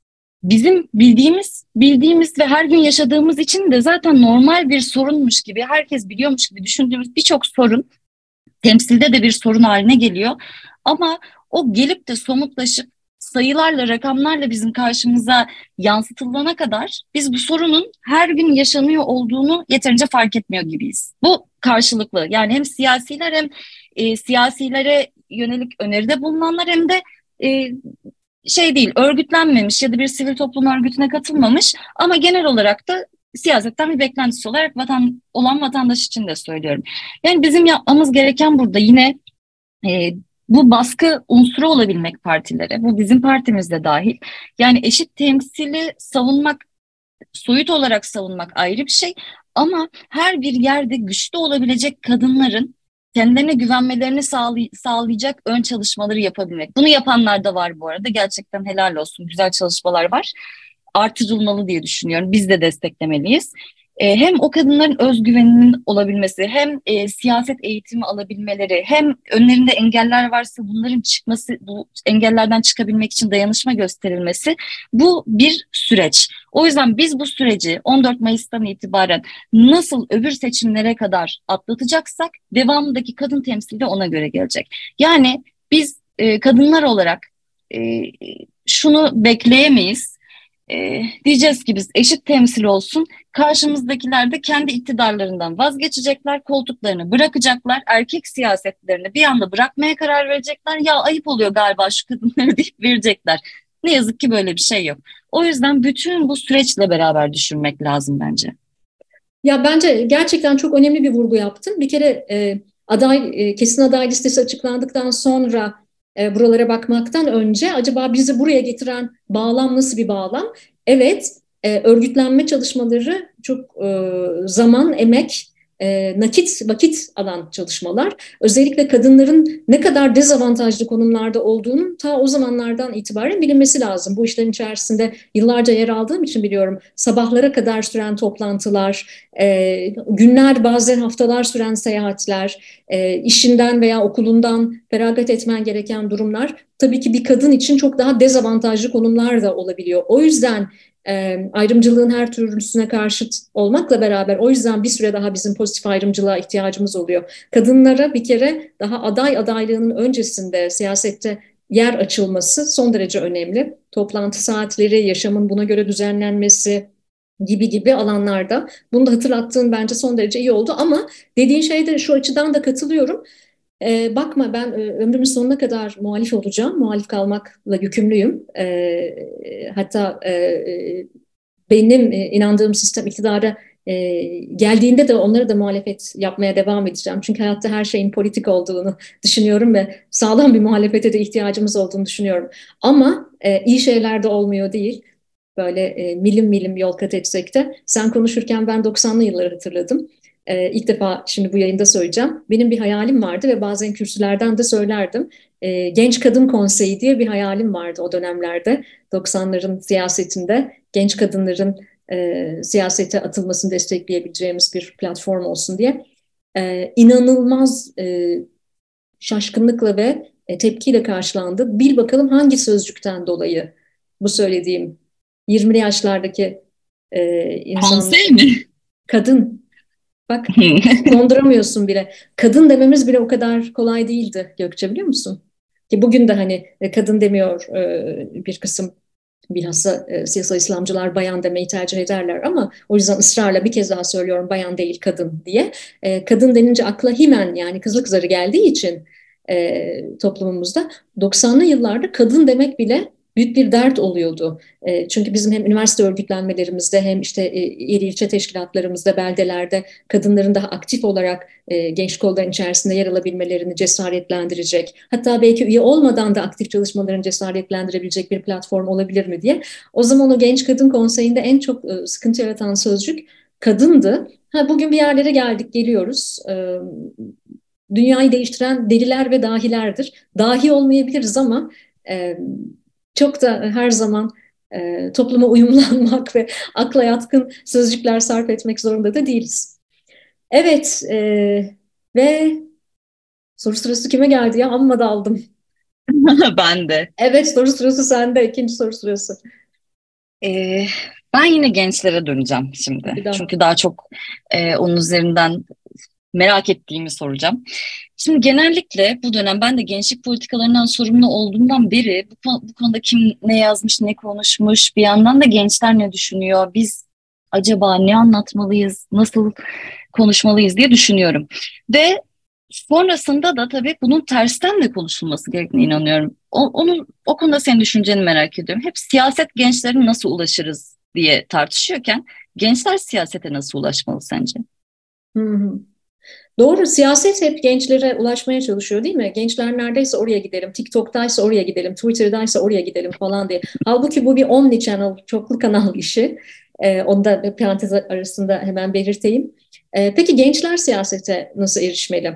bizim bildiğimiz ve her gün yaşadığımız için de zaten normal bir sorunmuş gibi, herkes biliyormuş gibi düşündüğümüz birçok sorun temsilde de bir sorun haline geliyor. Ama o gelip de somutlaşıp sayılarla, rakamlarla bizim karşımıza yansıtılana kadar biz bu sorunun her gün yaşanıyor olduğunu yeterince fark etmiyor gibiyiz. Bu karşılıklı. Yani hem siyasiler hem siyasilere yönelik öneride bulunanlar hem de e, şey değil, örgütlenmemiş ya da bir sivil toplum örgütüne katılmamış ama genel olarak da siyasetten bir beklentisi olarak olan vatandaş için de söylüyorum. Yani bizim yapmamız gereken burada yine e, bu baskı unsuru olabilmek partilere, bu bizim partimiz de dahil. Yani eşit temsili savunmak, soyut olarak savunmak ayrı bir şey ama her bir yerde güçlü olabilecek kadınların kendilerine güvenmelerini sağlayacak ön çalışmaları yapabilmek. Bunu yapanlar da var bu arada. Gerçekten helal olsun. Güzel çalışmalar var. Artırılmalı diye düşünüyorum. Biz de desteklemeliyiz. Hem o kadınların özgüveninin olabilmesi, hem siyaset eğitimi alabilmeleri, hem önlerinde engeller varsa bunların çıkması, bu engellerden çıkabilmek için dayanışma gösterilmesi, bu bir süreç. O yüzden biz bu süreci 14 Mayıs'tan itibaren nasıl öbür seçimlere kadar atlatacaksak devamındaki kadın temsili de ona göre gelecek. Yani biz kadınlar olarak e, şunu bekleyemeyiz. Diyeceğiz ki biz eşit temsil olsun. Karşımızdakiler de kendi iktidarlarından vazgeçecekler, koltuklarını bırakacaklar, erkek siyasetlerini bir anda bırakmaya karar verecekler. Ya ayıp oluyor galiba şu kadınları deyip verecekler. Ne yazık ki böyle bir şey yok. O yüzden bütün bu süreçle beraber düşünmek lazım bence. Ya bence gerçekten çok önemli bir vurgu yaptın. Bir kere kesin aday listesi açıklandıktan sonra buralara bakmaktan önce acaba bizi buraya getiren bağlam nasıl bir bağlam? Evet, örgütlenme çalışmaları çok zaman, emek, nakit, vakit alan çalışmalar. Özellikle kadınların ne kadar dezavantajlı konumlarda olduğunun ta o zamanlardan itibaren bilinmesi lazım. Bu işlerin içerisinde yıllarca yer aldığım için biliyorum. Sabahlara kadar süren toplantılar, günler bazen haftalar süren seyahatler, işinden veya okulundan feragat etmen gereken durumlar tabii ki bir kadın için çok daha dezavantajlı konumlar da olabiliyor. O yüzden ayrımcılığın her türlüsüne karşıt olmakla beraber o yüzden bir süre daha bizim pozitif ayrımcılığa ihtiyacımız oluyor. Kadınlara bir kere daha adaylığının öncesinde siyasette yer açılması son derece önemli. Toplantı saatleri, yaşamın buna göre düzenlenmesi gibi alanlarda. Bunu da hatırlattığın bence son derece iyi oldu ama dediğin şeyde şu açıdan da katılıyorum. Bakma ben ömrümün sonuna kadar muhalif olacağım. Muhalif kalmakla yükümlüyüm. Hatta benim inandığım sistem iktidara geldiğinde de onlara da muhalefet yapmaya devam edeceğim. Çünkü hayatta her şeyin politik olduğunu düşünüyorum ve sağlam bir muhalefete de ihtiyacımız olduğunu düşünüyorum. Ama iyi şeyler de olmuyor değil. Böyle milim milim yol kat etsek de sen konuşurken ben 90'lı yılları hatırladım. İlk defa şimdi bu yayında söyleyeceğim. Benim bir hayalim vardı ve bazen kürsülerden de söylerdim. Genç Kadın Konseyi diye bir hayalim vardı o dönemlerde. 90'ların siyasetinde genç kadınların siyasete atılmasını destekleyebileceğimiz bir platform olsun diye. İnanılmaz şaşkınlıkla ve tepkiyle karşılandı. Bil bakalım hangi sözcükten dolayı bu söylediğim 20'li yaşlardaki insan, Konsey mi? kadın. Bak konduramıyorsun bile. Kadın dememiz bile o kadar kolay değildi Gökçe biliyor musun? Ki bugün de hani kadın demiyor bir kısım bilhassa siyasal İslamcılar bayan demeyi tercih ederler ama o yüzden ısrarla bir kez daha söylüyorum bayan değil kadın diye. Kadın denince akla himen yani kızlık zarı geldiği için toplumumuzda 90'lı yıllarda kadın demek bile büyük bir dert oluyordu. Çünkü bizim hem üniversite örgütlenmelerimizde hem işte il ilçe teşkilatlarımızda, beldelerde kadınların daha aktif olarak genç kolların içerisinde yer alabilmelerini cesaretlendirecek, hatta belki üye olmadan da aktif çalışmalarını cesaretlendirebilecek bir platform olabilir mi diye. O zaman o Genç Kadın Konseyi'nde en çok sıkıntı yaratan sözcük kadındı. Ha, bugün bir yerlere geldik, geliyoruz. dünyayı değiştiren deliler ve dahilerdir. Dahi olmayabiliriz ama e, çok da her zaman topluma uyumlanmak ve akla yatkın sözcükler sarf etmek zorunda da değiliz. Evet, ve soru sırası kime geldi ya? Amma daldım. Ben de. Evet, soru sırası sende. İkinci soru sırası. Ee, Ben yine gençlere döneceğim şimdi. Bir daha. Çünkü daha çok onun üzerinden merak ettiğimi soracağım. Şimdi genellikle bu dönem ben de gençlik politikalarından sorumlu olduğumdan beri bu konuda kim ne yazmış, ne konuşmuş, bir yandan da gençler ne düşünüyor, biz acaba ne anlatmalıyız, nasıl konuşmalıyız diye düşünüyorum. Ve sonrasında da tabii bunun tersten de konuşulması gerektiğine inanıyorum. O konuda senin düşünceni merak ediyorum. Hep siyaset gençlere nasıl ulaşırız diye tartışıyorken gençler siyasete nasıl ulaşmalı sence? Hı hı. Doğru, siyaset hep gençlere ulaşmaya çalışıyor değil mi? Gençler neredeyse oraya gidelim, TikTok'taysa oraya gidelim, Twitter'daysa oraya gidelim falan diye. Halbuki bu bir omni-channel, çoklu kanal işi. Onu da bir parantez arasında hemen belirteyim. Peki gençler siyasete nasıl erişmeli?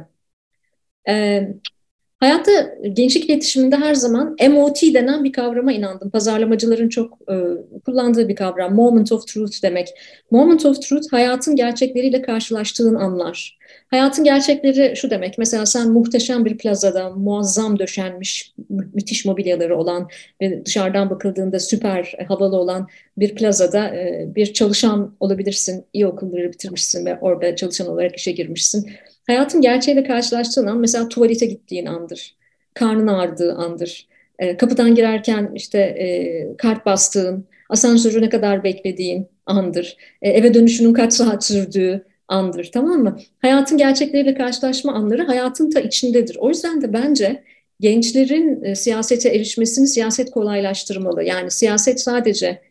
Ee, Hayatta gençlik iletişiminde her zaman MOT denen bir kavrama inandım. Pazarlamacıların çok kullandığı bir kavram. Moment of Truth demek. Moment of Truth hayatın gerçekleriyle karşılaştığın anlar. Hayatın gerçekleri şu demek. Mesela sen muhteşem bir plazada muazzam döşenmiş, müthiş mobilyaları olan ve dışarıdan bakıldığında süper havalı olan bir plazada bir çalışan olabilirsin. İyi okulları bitirmişsin ve orada çalışan olarak işe girmişsin. Hayatın gerçeğiyle karşılaştığın an mesela tuvalete gittiğin andır. Karnın ağrıdığı andır. Kapıdan girerken işte kart bastığın, asansörü ne kadar beklediğin andır. Eve dönüşünün kaç saat sürdüğü andır, tamam mı? Hayatın gerçekleriyle karşılaşma anları hayatın ta içindedir. O yüzden de bence gençlerin siyasete erişmesini siyaset kolaylaştırmalı. Yani siyaset sadece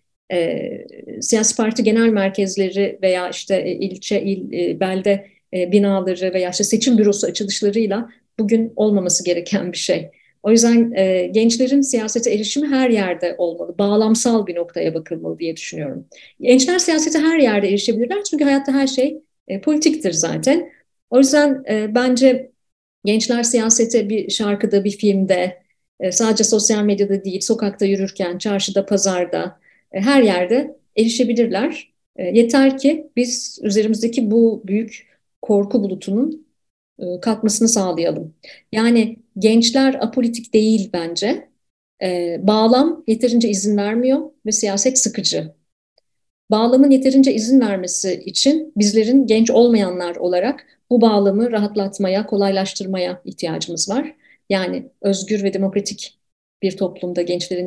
siyasi parti genel merkezleri veya işte ilçe, il, belde binaları veya işte seçim bürosu açılışlarıyla bugün olmaması gereken bir şey. O yüzden gençlerin siyasete erişimi her yerde olmalı. Bağlamsal bir noktaya bakılmalı diye düşünüyorum. Gençler siyasete her yerde erişebilirler çünkü hayatta her şey politiktir zaten. O yüzden bence gençler siyasete bir şarkıda, bir filmde, sadece sosyal medyada değil, sokakta yürürken, çarşıda, pazarda, her yerde erişebilirler. Yeter ki biz üzerimizdeki bu büyük korku bulutunun kalkmasını sağlayalım. Yani gençler apolitik değil bence. Bağlam yeterince izin vermiyor ve siyaset sıkıcı. Bağlamın yeterince izin vermesi için bizlerin genç olmayanlar olarak bu bağlamı rahatlatmaya, kolaylaştırmaya ihtiyacımız var. Yani özgür ve demokratik bir toplumda gençlerin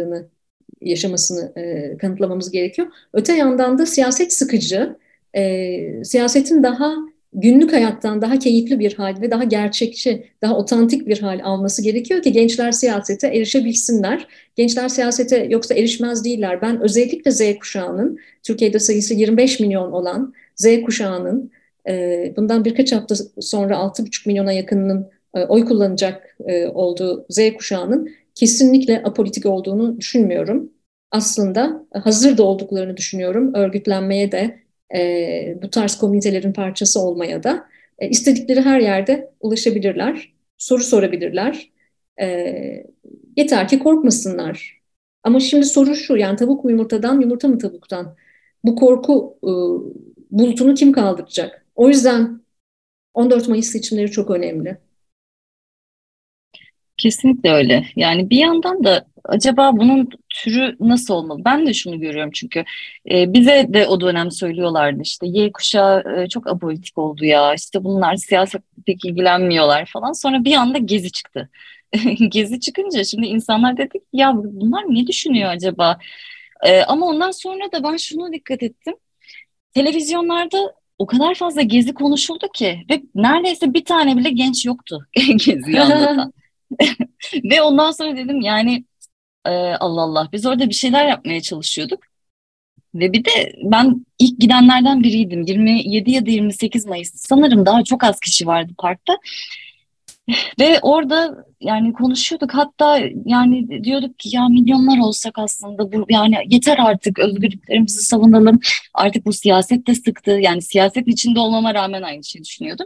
yaşamasını kanıtlamamız gerekiyor. Öte yandan da siyaset sıkıcı, siyasetin daha günlük hayattan daha keyifli bir hal ve daha gerçekçi, daha otantik bir hal alması gerekiyor ki gençler siyasete erişebilsinler. Gençler siyasete yoksa erişmez değiller. Ben özellikle Z kuşağının, Türkiye'de sayısı 25 milyon olan Z kuşağının bundan birkaç hafta sonra 6,5 milyona yakınının oy kullanacak olduğu Z kuşağının kesinlikle apolitik olduğunu düşünmüyorum. Aslında hazır da olduklarını düşünüyorum. Örgütlenmeye de bu tarz komünitelerin parçası olmaya da istedikleri her yerde ulaşabilirler. Soru sorabilirler. E, Yeter ki korkmasınlar. Ama şimdi soru şu, yani tavuk mu yumurtadan, yumurta mı tavuktan? Bu korku bulutunu kim kaldıracak? O yüzden 14 Mayıs seçimleri çok önemli. Kesinlikle öyle. Yani bir yandan da acaba bunun türü nasıl olmalı? Ben de şunu görüyorum çünkü bize de o dönem söylüyorlardı işte Y kuşağı çok apolitik oldu ya işte bunlar siyasetle pek ilgilenmiyorlar falan. Sonra bir anda Gezi çıktı. Gezi çıkınca şimdi insanlar dedi ki ya bunlar ne düşünüyor acaba? Ama ondan sonra da ben şunu dikkat ettim. Televizyonlarda o kadar fazla Gezi konuşuldu ki ve neredeyse bir tane bile genç yoktu Gezi'yi anlatan. Ve ondan sonra dedim yani Allah Allah biz orada bir şeyler yapmaya çalışıyorduk. Ve bir de ben ilk gidenlerden biriydim. 27 ya da 28 Mayıs sanırım daha çok az kişi vardı parkta. Ve orada yani konuşuyorduk hatta yani diyorduk ki ya milyonlar olsak aslında bu yani yeter artık özgürlüklerimizi savunalım. Artık bu siyaset de sıktı. Yani siyasetin içinde olmama rağmen aynı şeyi düşünüyordum.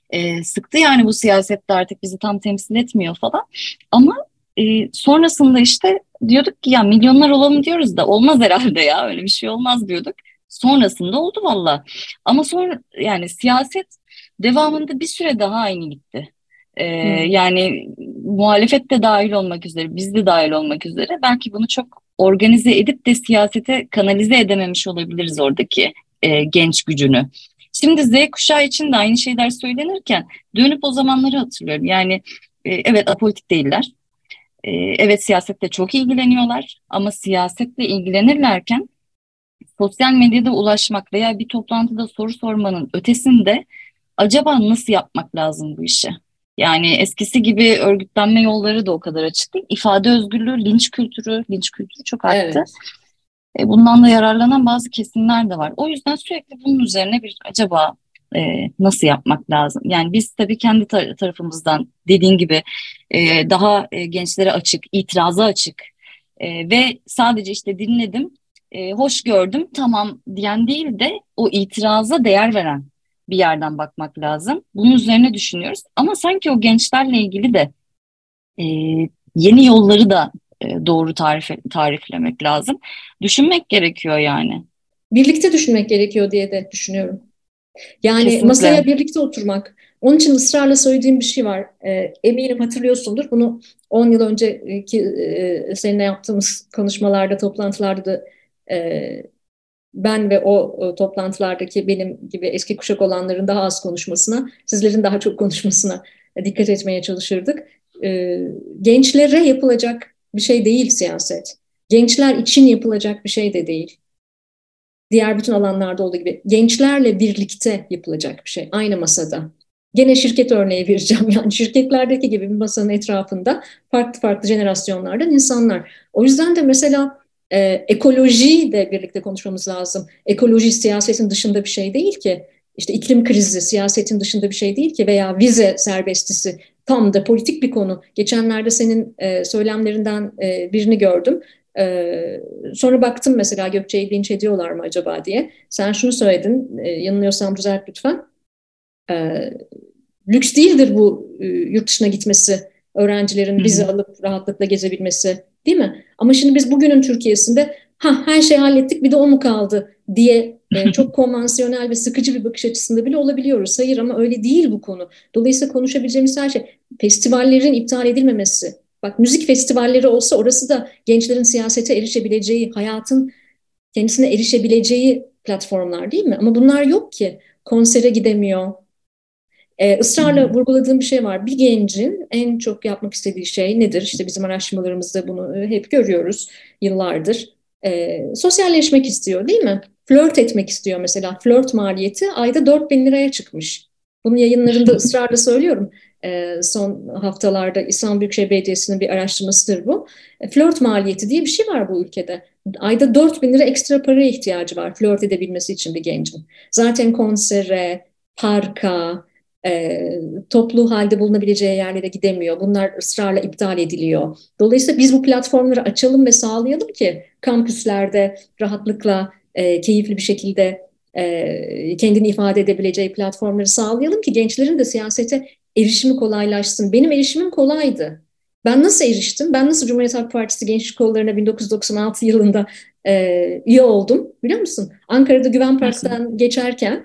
Sıktı yani, bu siyasette artık bizi tam temsil etmiyor falan. Ama sonrasında işte diyorduk ki ya milyonlar olalım diyoruz da olmaz herhalde, ya öyle bir şey olmaz diyorduk. Sonrasında oldu valla. Ama sonra yani siyaset devamında bir süre daha aynı gitti. Hı. Yani muhalefet de dahil olmak üzere, biz de dahil olmak üzere belki bunu çok organize edip de siyasete kanalize edememiş olabiliriz oradaki genç gücünü. Şimdi Z kuşağı için de aynı şeyler söylenirken dönüp o zamanları hatırlıyorum. Yani evet, apolitik değiller. Evet, siyasetle çok ilgileniyorlar ama siyasetle ilgilenirlerken sosyal medyada ulaşmak veya bir toplantıda soru sormanın ötesinde acaba nasıl yapmak lazım bu işi? Yani eskisi gibi örgütlenme yolları da o kadar açık değil. İfade özgürlüğü, linç kültürü çok arttı. Evet. Bundan da yararlanan bazı kesimler de var. O yüzden sürekli bunun üzerine bir acaba nasıl yapmak lazım? Yani biz tabii kendi tarafımızdan dediğin gibi daha gençlere açık, itiraza açık ve sadece işte dinledim, hoş gördüm, tamam diyen değil de o itiraza değer veren bir yerden bakmak lazım. Bunun üzerine düşünüyoruz. Ama sanki o gençlerle ilgili de e, yeni yolları da doğru tariflemek lazım. Düşünmek gerekiyor yani. Birlikte düşünmek gerekiyor diye de düşünüyorum. Yani Kesinlikle. masaya birlikte oturmak. Onun için ısrarla söylediğim bir şey var. Eminim hatırlıyorsundur. Bunu 10 yıl önceki seninle yaptığımız konuşmalarda, toplantılarda da ben ve o toplantılardaki benim gibi eski kuşak olanların daha az konuşmasına, sizlerin daha çok konuşmasına dikkat etmeye çalışırdık. Gençlere yapılacak bir şey değil siyaset. Gençler için yapılacak bir şey de değil. Diğer bütün alanlarda olduğu gibi gençlerle birlikte yapılacak bir şey. Aynı masada. Gene şirket örneği vereceğim. Yani şirketlerdeki gibi bir masanın etrafında farklı farklı jenerasyonlardan insanlar. O yüzden de mesela ekolojiyi de birlikte konuşmamız lazım. Ekoloji siyasetin dışında bir şey değil ki. İşte iklim krizi siyasetin dışında bir şey değil ki veya vize serbestisi tam da politik bir konu. Geçenlerde senin söylemlerinden birini gördüm. Sonra baktım mesela Gökçe'yi linç ediyorlar mı acaba diye. Sen şunu söyledin, yanılıyorsam düzelt lütfen. E, Lüks değildir bu yurt dışına gitmesi, Hı öğrencilerin vize hı. alıp rahatlıkla gezebilmesi, değil mi? Ama şimdi biz bugünün Türkiye'sinde ha her şeyi hallettik bir de o mu kaldı diye çok konvansiyonel ve sıkıcı bir bakış açısında bile olabiliyoruz. Hayır ama öyle değil bu konu. Dolayısıyla konuşabileceğimiz her şey festivallerin iptal edilmemesi. Bak müzik festivalleri olsa orası da gençlerin siyasete erişebileceği, hayatın kendisine erişebileceği platformlar değil mi? Ama bunlar yok ki. Konsere gidemiyor, Hı ısrarla hı. vurguladığım bir şey var. Bir gencin en çok yapmak istediği şey nedir? İşte bizim araştırmalarımızda bunu hep görüyoruz yıllardır. Sosyalleşmek istiyor değil mi? Flört etmek istiyor mesela. Flört maliyeti ayda 4.000 liraya çıkmış. Bunun yayınlarında ısrarla söylüyorum. Son haftalarda İstanbul Büyükşehir Belediyesi'nin bir araştırmasıdır bu. Flört maliyeti diye bir şey var bu ülkede. Ayda 4.000 lira ekstra paraya ihtiyacı var flört edebilmesi için bir gencin. Zaten konsere, parka, toplu halde bulunabileceği yerlere gidemiyor. Bunlar ısrarla iptal ediliyor. Dolayısıyla biz bu platformları açalım ve sağlayalım ki kampüslerde rahatlıkla, keyifli bir şekilde kendini ifade edebileceği platformları sağlayalım ki gençlerin de siyasete erişimi kolaylaşsın. Benim erişimim kolaydı. Ben nasıl eriştim? Ben nasıl Cumhuriyet Halk Partisi Gençlik Kolları'na 1996 yılında üye oldum biliyor musun? Ankara'da Güven Nasıl? Park'tan geçerken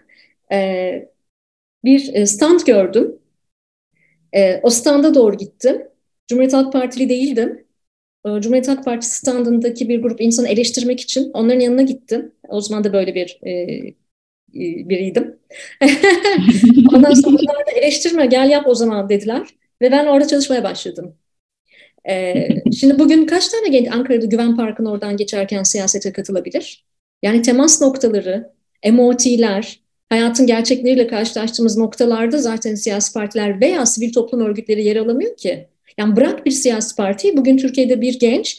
bir stand gördüm. O standa doğru gittim. Cumhuriyet Halk Partili değildim. Cumhuriyet Halk Partisi standındaki bir grup insanı eleştirmek için onların yanına gittim. O zaman da böyle biriydim. Ondan sonra onlar da eleştirme gel yap o zaman dediler. Ve ben orada çalışmaya başladım. Şimdi bugün kaç tane genç Ankara'da Güven Parkı'nın oradan geçerken siyasete katılabilir? Yani temas noktaları, MOT'ler, hayatın gerçekleriyle karşılaştığımız noktalarda zaten siyasi partiler veya sivil toplum örgütleri yer alamıyor ki. Yani bırak bir siyasi partiyi, bugün Türkiye'de bir genç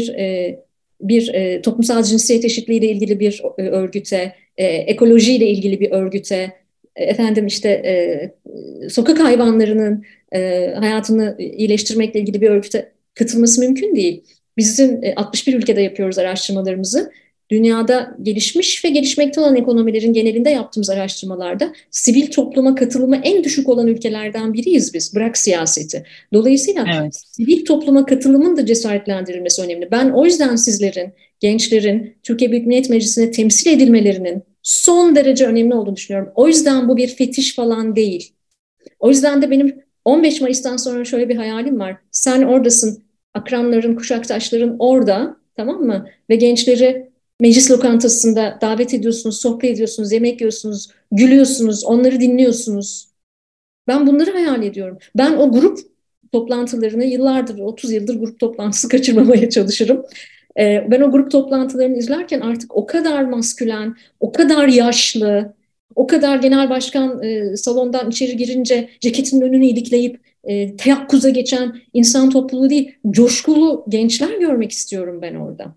bir toplumsal cinsiyet eşitliği ile ilgili bir örgüte, ekolojiyle ilgili bir örgüte, efendim işte sokak hayvanlarının hayatını iyileştirmekle ilgili bir örgüte katılması mümkün değil. Bizim 61 ülkede yapıyoruz araştırmalarımızı. dünyada gelişmiş ve gelişmekte olan ekonomilerin genelinde yaptığımız araştırmalarda sivil topluma katılımı en düşük olan ülkelerden biriyiz biz. Bırak siyaseti. Dolayısıyla Evet. sivil topluma katılımın da cesaretlendirilmesi önemli. Ben o yüzden sizlerin, gençlerin Türkiye Büyük Millet Meclisi'ne temsil edilmelerinin son derece önemli olduğunu düşünüyorum. O yüzden bu bir fetiş falan değil. O yüzden de benim 15 Mayıs'tan sonra şöyle bir hayalim var. Sen oradasın, akranların, kuşaktaşların orada, tamam mı? Ve gençleri meclis lokantasında davet ediyorsunuz, sohbet ediyorsunuz, yemek yiyorsunuz, gülüyorsunuz, onları dinliyorsunuz. Ben bunları hayal ediyorum. Ben o grup toplantılarını yıllardır, 30 yıldır grup toplantısı kaçırmamaya çalışırım. Ben o grup toplantılarını izlerken artık o kadar maskülen, o kadar yaşlı, o kadar genel başkan salondan içeri girince ceketinin önünü ilikleyip teyakkuza geçen insan topluluğu değil, coşkulu gençler görmek istiyorum ben orada.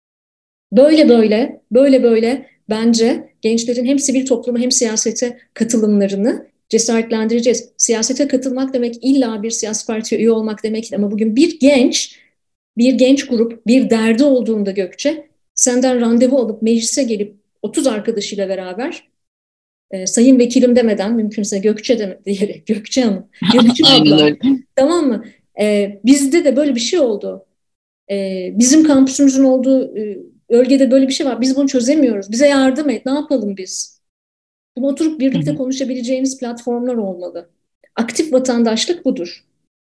Böyle böyle bence gençlerin hem sivil topluma hem siyasete katılımlarını cesaretlendireceğiz. Siyasete katılmak demek illa bir siyasi partiye üye olmak demek değil. Ama bugün bir genç grup bir derdi olduğunda Gökçe, senden randevu alıp meclise gelip 30 arkadaşıyla beraber sayın vekilim demeden mümkünse Gökçe diyerek Gökçe Hanım, Gökçe Aynen abla, öyle. tamam mı? Bizde de böyle bir şey oldu. Bizim kampüsümüzün olduğu bölgede böyle bir şey var. Biz bunu çözemiyoruz. Bize yardım et. Ne yapalım biz? Bunu oturup Hı birlikte hı. konuşabileceğimiz platformlar olmalı. Aktif vatandaşlık budur.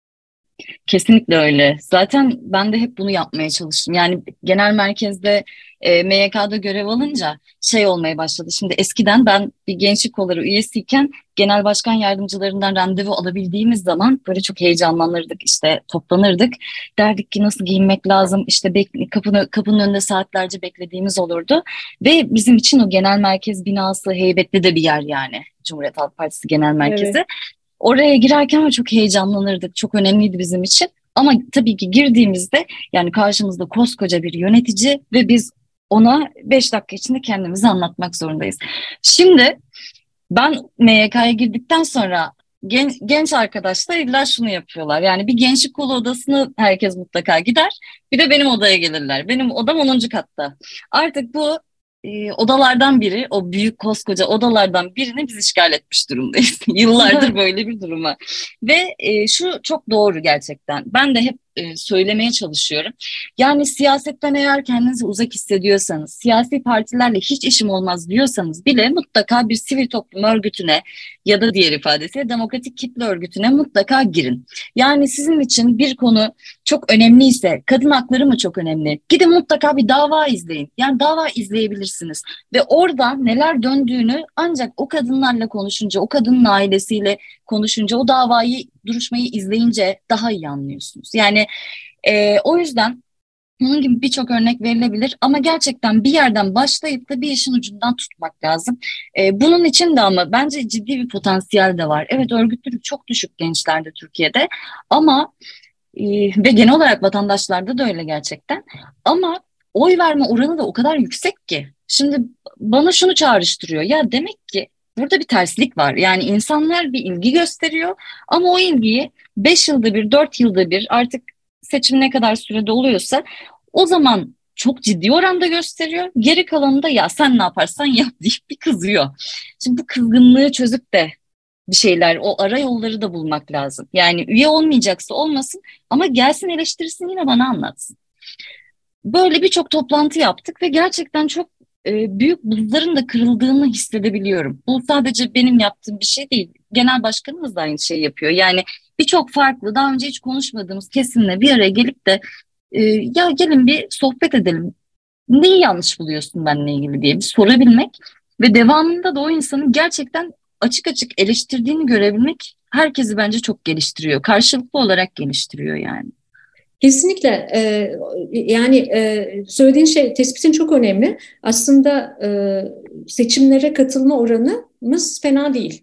Kesinlikle öyle. Zaten ben de hep bunu yapmaya çalıştım. Yani genel merkezde MYK'da görev alınca şey olmaya başladı. Şimdi eskiden ben bir gençlik kolları üyesiyken genel başkan yardımcılarından randevu alabildiğimiz zaman böyle çok heyecanlanırdık, işte toplanırdık. Derdik ki nasıl giyinmek lazım, işte kapının önünde saatlerce beklediğimiz olurdu. Ve bizim için o genel merkez binası heybetli de bir yer yani. Cumhuriyet Halk Partisi Genel Evet. Merkezi. Oraya girerken çok heyecanlanırdık. Çok önemliydi bizim için. Ama tabii ki girdiğimizde yani karşımızda koskoca bir yönetici ve biz ona 5 dakika içinde kendimizi anlatmak zorundayız. Şimdi ben MYK'ya girdikten sonra genç arkadaşlar illa şunu yapıyorlar. Yani bir gençlik kolu odasını herkes mutlaka gider. Bir de benim odaya gelirler. Benim odam 10. katta. Artık bu odalardan biri, o büyük koskoca odalardan birini biz işgal etmiş durumdayız. Yıllardır böyle bir duruma. Ve şu çok doğru gerçekten. Ben de hep söylemeye çalışıyorum. Yani siyasetten eğer kendinizi uzak hissediyorsanız, siyasi partilerle hiç işim olmaz diyorsanız bile mutlaka bir sivil toplum örgütüne ya da diğer ifadesiyle demokratik kitle örgütüne mutlaka girin. Yani sizin için bir konu çok önemliyse, kadın hakları mı çok önemli? Gidin mutlaka bir dava izleyin. Yani dava izleyebilirsiniz. Ve orada neler döndüğünü ancak o kadınlarla konuşunca, o kadının ailesiyle konuşunca, o duruşmayı izleyince daha iyi anlıyorsunuz. Yani o yüzden bunun gibi birçok örnek verilebilir ama gerçekten bir yerden başlayıp da bir işin ucundan tutmak lazım. Bunun için de ama bence ciddi bir potansiyel de var. Evet, örgütlülük çok düşük gençlerde Türkiye'de ama ve genel olarak vatandaşlarda da öyle gerçekten. Ama oy verme oranı da o kadar yüksek ki. Şimdi bana şunu çağrıştırıyor. Ya demek ki burada bir terslik var. Yani insanlar bir ilgi gösteriyor ama o ilgiyi 5 yılda bir, 4 yılda bir artık seçim ne kadar sürede oluyorsa o zaman çok ciddi oranda gösteriyor. Geri kalanında ya sen ne yaparsan yap deyip bir kızıyor. Şimdi bu kızgınlığı çözüp de bir şeyler, o ara yolları da bulmak lazım. Yani üye olmayacaksa olmasın ama gelsin eleştirisini yine bana anlatsın. Böyle birçok toplantı yaptık ve gerçekten çok büyük buzların da kırıldığını hissedebiliyorum. Bu sadece benim yaptığım bir şey değil. Genel başkanımız da aynı şeyi yapıyor. Yani birçok farklı, daha önce hiç konuşmadığımız kesimle bir araya gelip de ya gelin bir sohbet edelim. Neyi yanlış buluyorsun benimle ilgili diye bir sorabilmek ve devamında da o insanın gerçekten açık açık eleştirdiğini görebilmek herkesi bence çok geliştiriyor. Karşılıklı olarak geliştiriyor yani. Kesinlikle. Yani söylediğin şey, tespitin çok önemli. Aslında seçimlere katılma oranımız fena değil.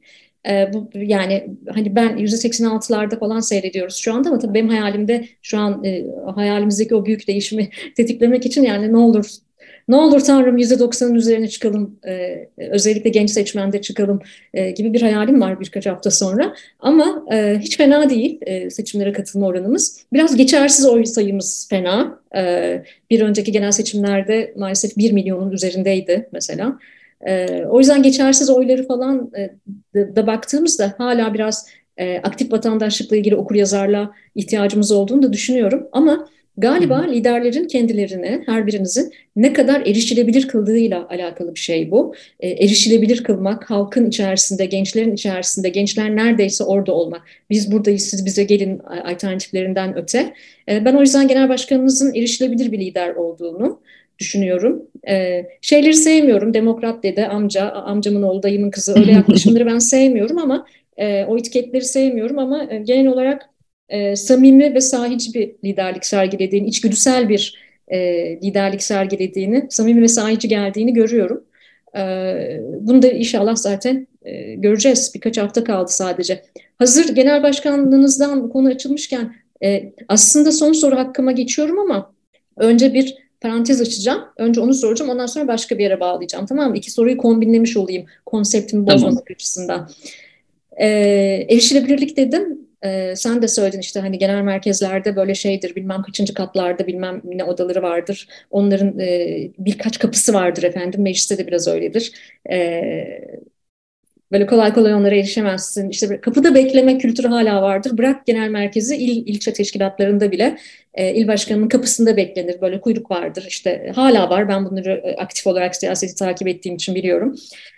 Yani hani ben %86'larda falan seyrediyoruz şu anda ama tabii benim hayalimde şu an hayalimizdeki o büyük değişimi tetiklemek için yani ne olur Ne olur Tanrım %90'ın üzerine çıkalım, özellikle genç seçmende çıkalım gibi bir hayalim var birkaç hafta sonra. Ama hiç fena değil seçimlere katılma oranımız. Biraz geçersiz oy sayımız fena. Bir önceki genel seçimlerde maalesef 1 milyonun üzerindeydi mesela. O yüzden geçersiz oyları falan da baktığımızda hala biraz aktif vatandaşlıkla ilgili okuryazarlığa ihtiyacımız olduğunu da düşünüyorum. Ama Hı galiba hı. liderlerin kendilerini, her birinizin ne kadar erişilebilir kıldığıyla alakalı bir şey bu. Erişilebilir kılmak, halkın içerisinde, gençlerin içerisinde, gençler neredeyse orada olmak. Biz buradayız, siz bize gelin alternatiflerinden öte. Ben o yüzden genel başkanımızın erişilebilir bir lider olduğunu düşünüyorum. Şeyleri sevmiyorum. Demokrat dede, amca, amcamın oğlu, dayımın kızı, öyle yaklaşımları ben sevmiyorum ama o etiketleri sevmiyorum ama genel olarak samimi ve sahici bir liderlik sergilediğini, içgüdüsel bir liderlik sergilediğini, samimi ve sahici geldiğini görüyorum. Bunu da inşallah zaten göreceğiz. Birkaç hafta kaldı sadece. Hazır genel başkanlığınızdan konu açılmışken aslında son soru hakkıma geçiyorum ama önce bir parantez açacağım. Önce onu soracağım. Ondan sonra başka bir yere bağlayacağım. Tamam mı? İki soruyu kombinlemiş olayım. Konseptimi Tamam. bozmamak açısından. Erişilebilirlik dedim. Sen de söyledin işte hani genel merkezlerde böyle şeydir, bilmem kaçıncı katlarda bilmem ne odaları vardır. Onların birkaç kapısı vardır efendim. Mecliste de biraz öyledir. E, Böyle kolay kolay onlara erişemezsin. İşte kapıda bekleme kültürü hala vardır. Bırak genel merkezi, ilçe teşkilatlarında bile il başkanının kapısında beklenir. Böyle kuyruk vardır. İşte hala var. Ben bunları aktif olarak siyaseti takip ettiğim için biliyorum.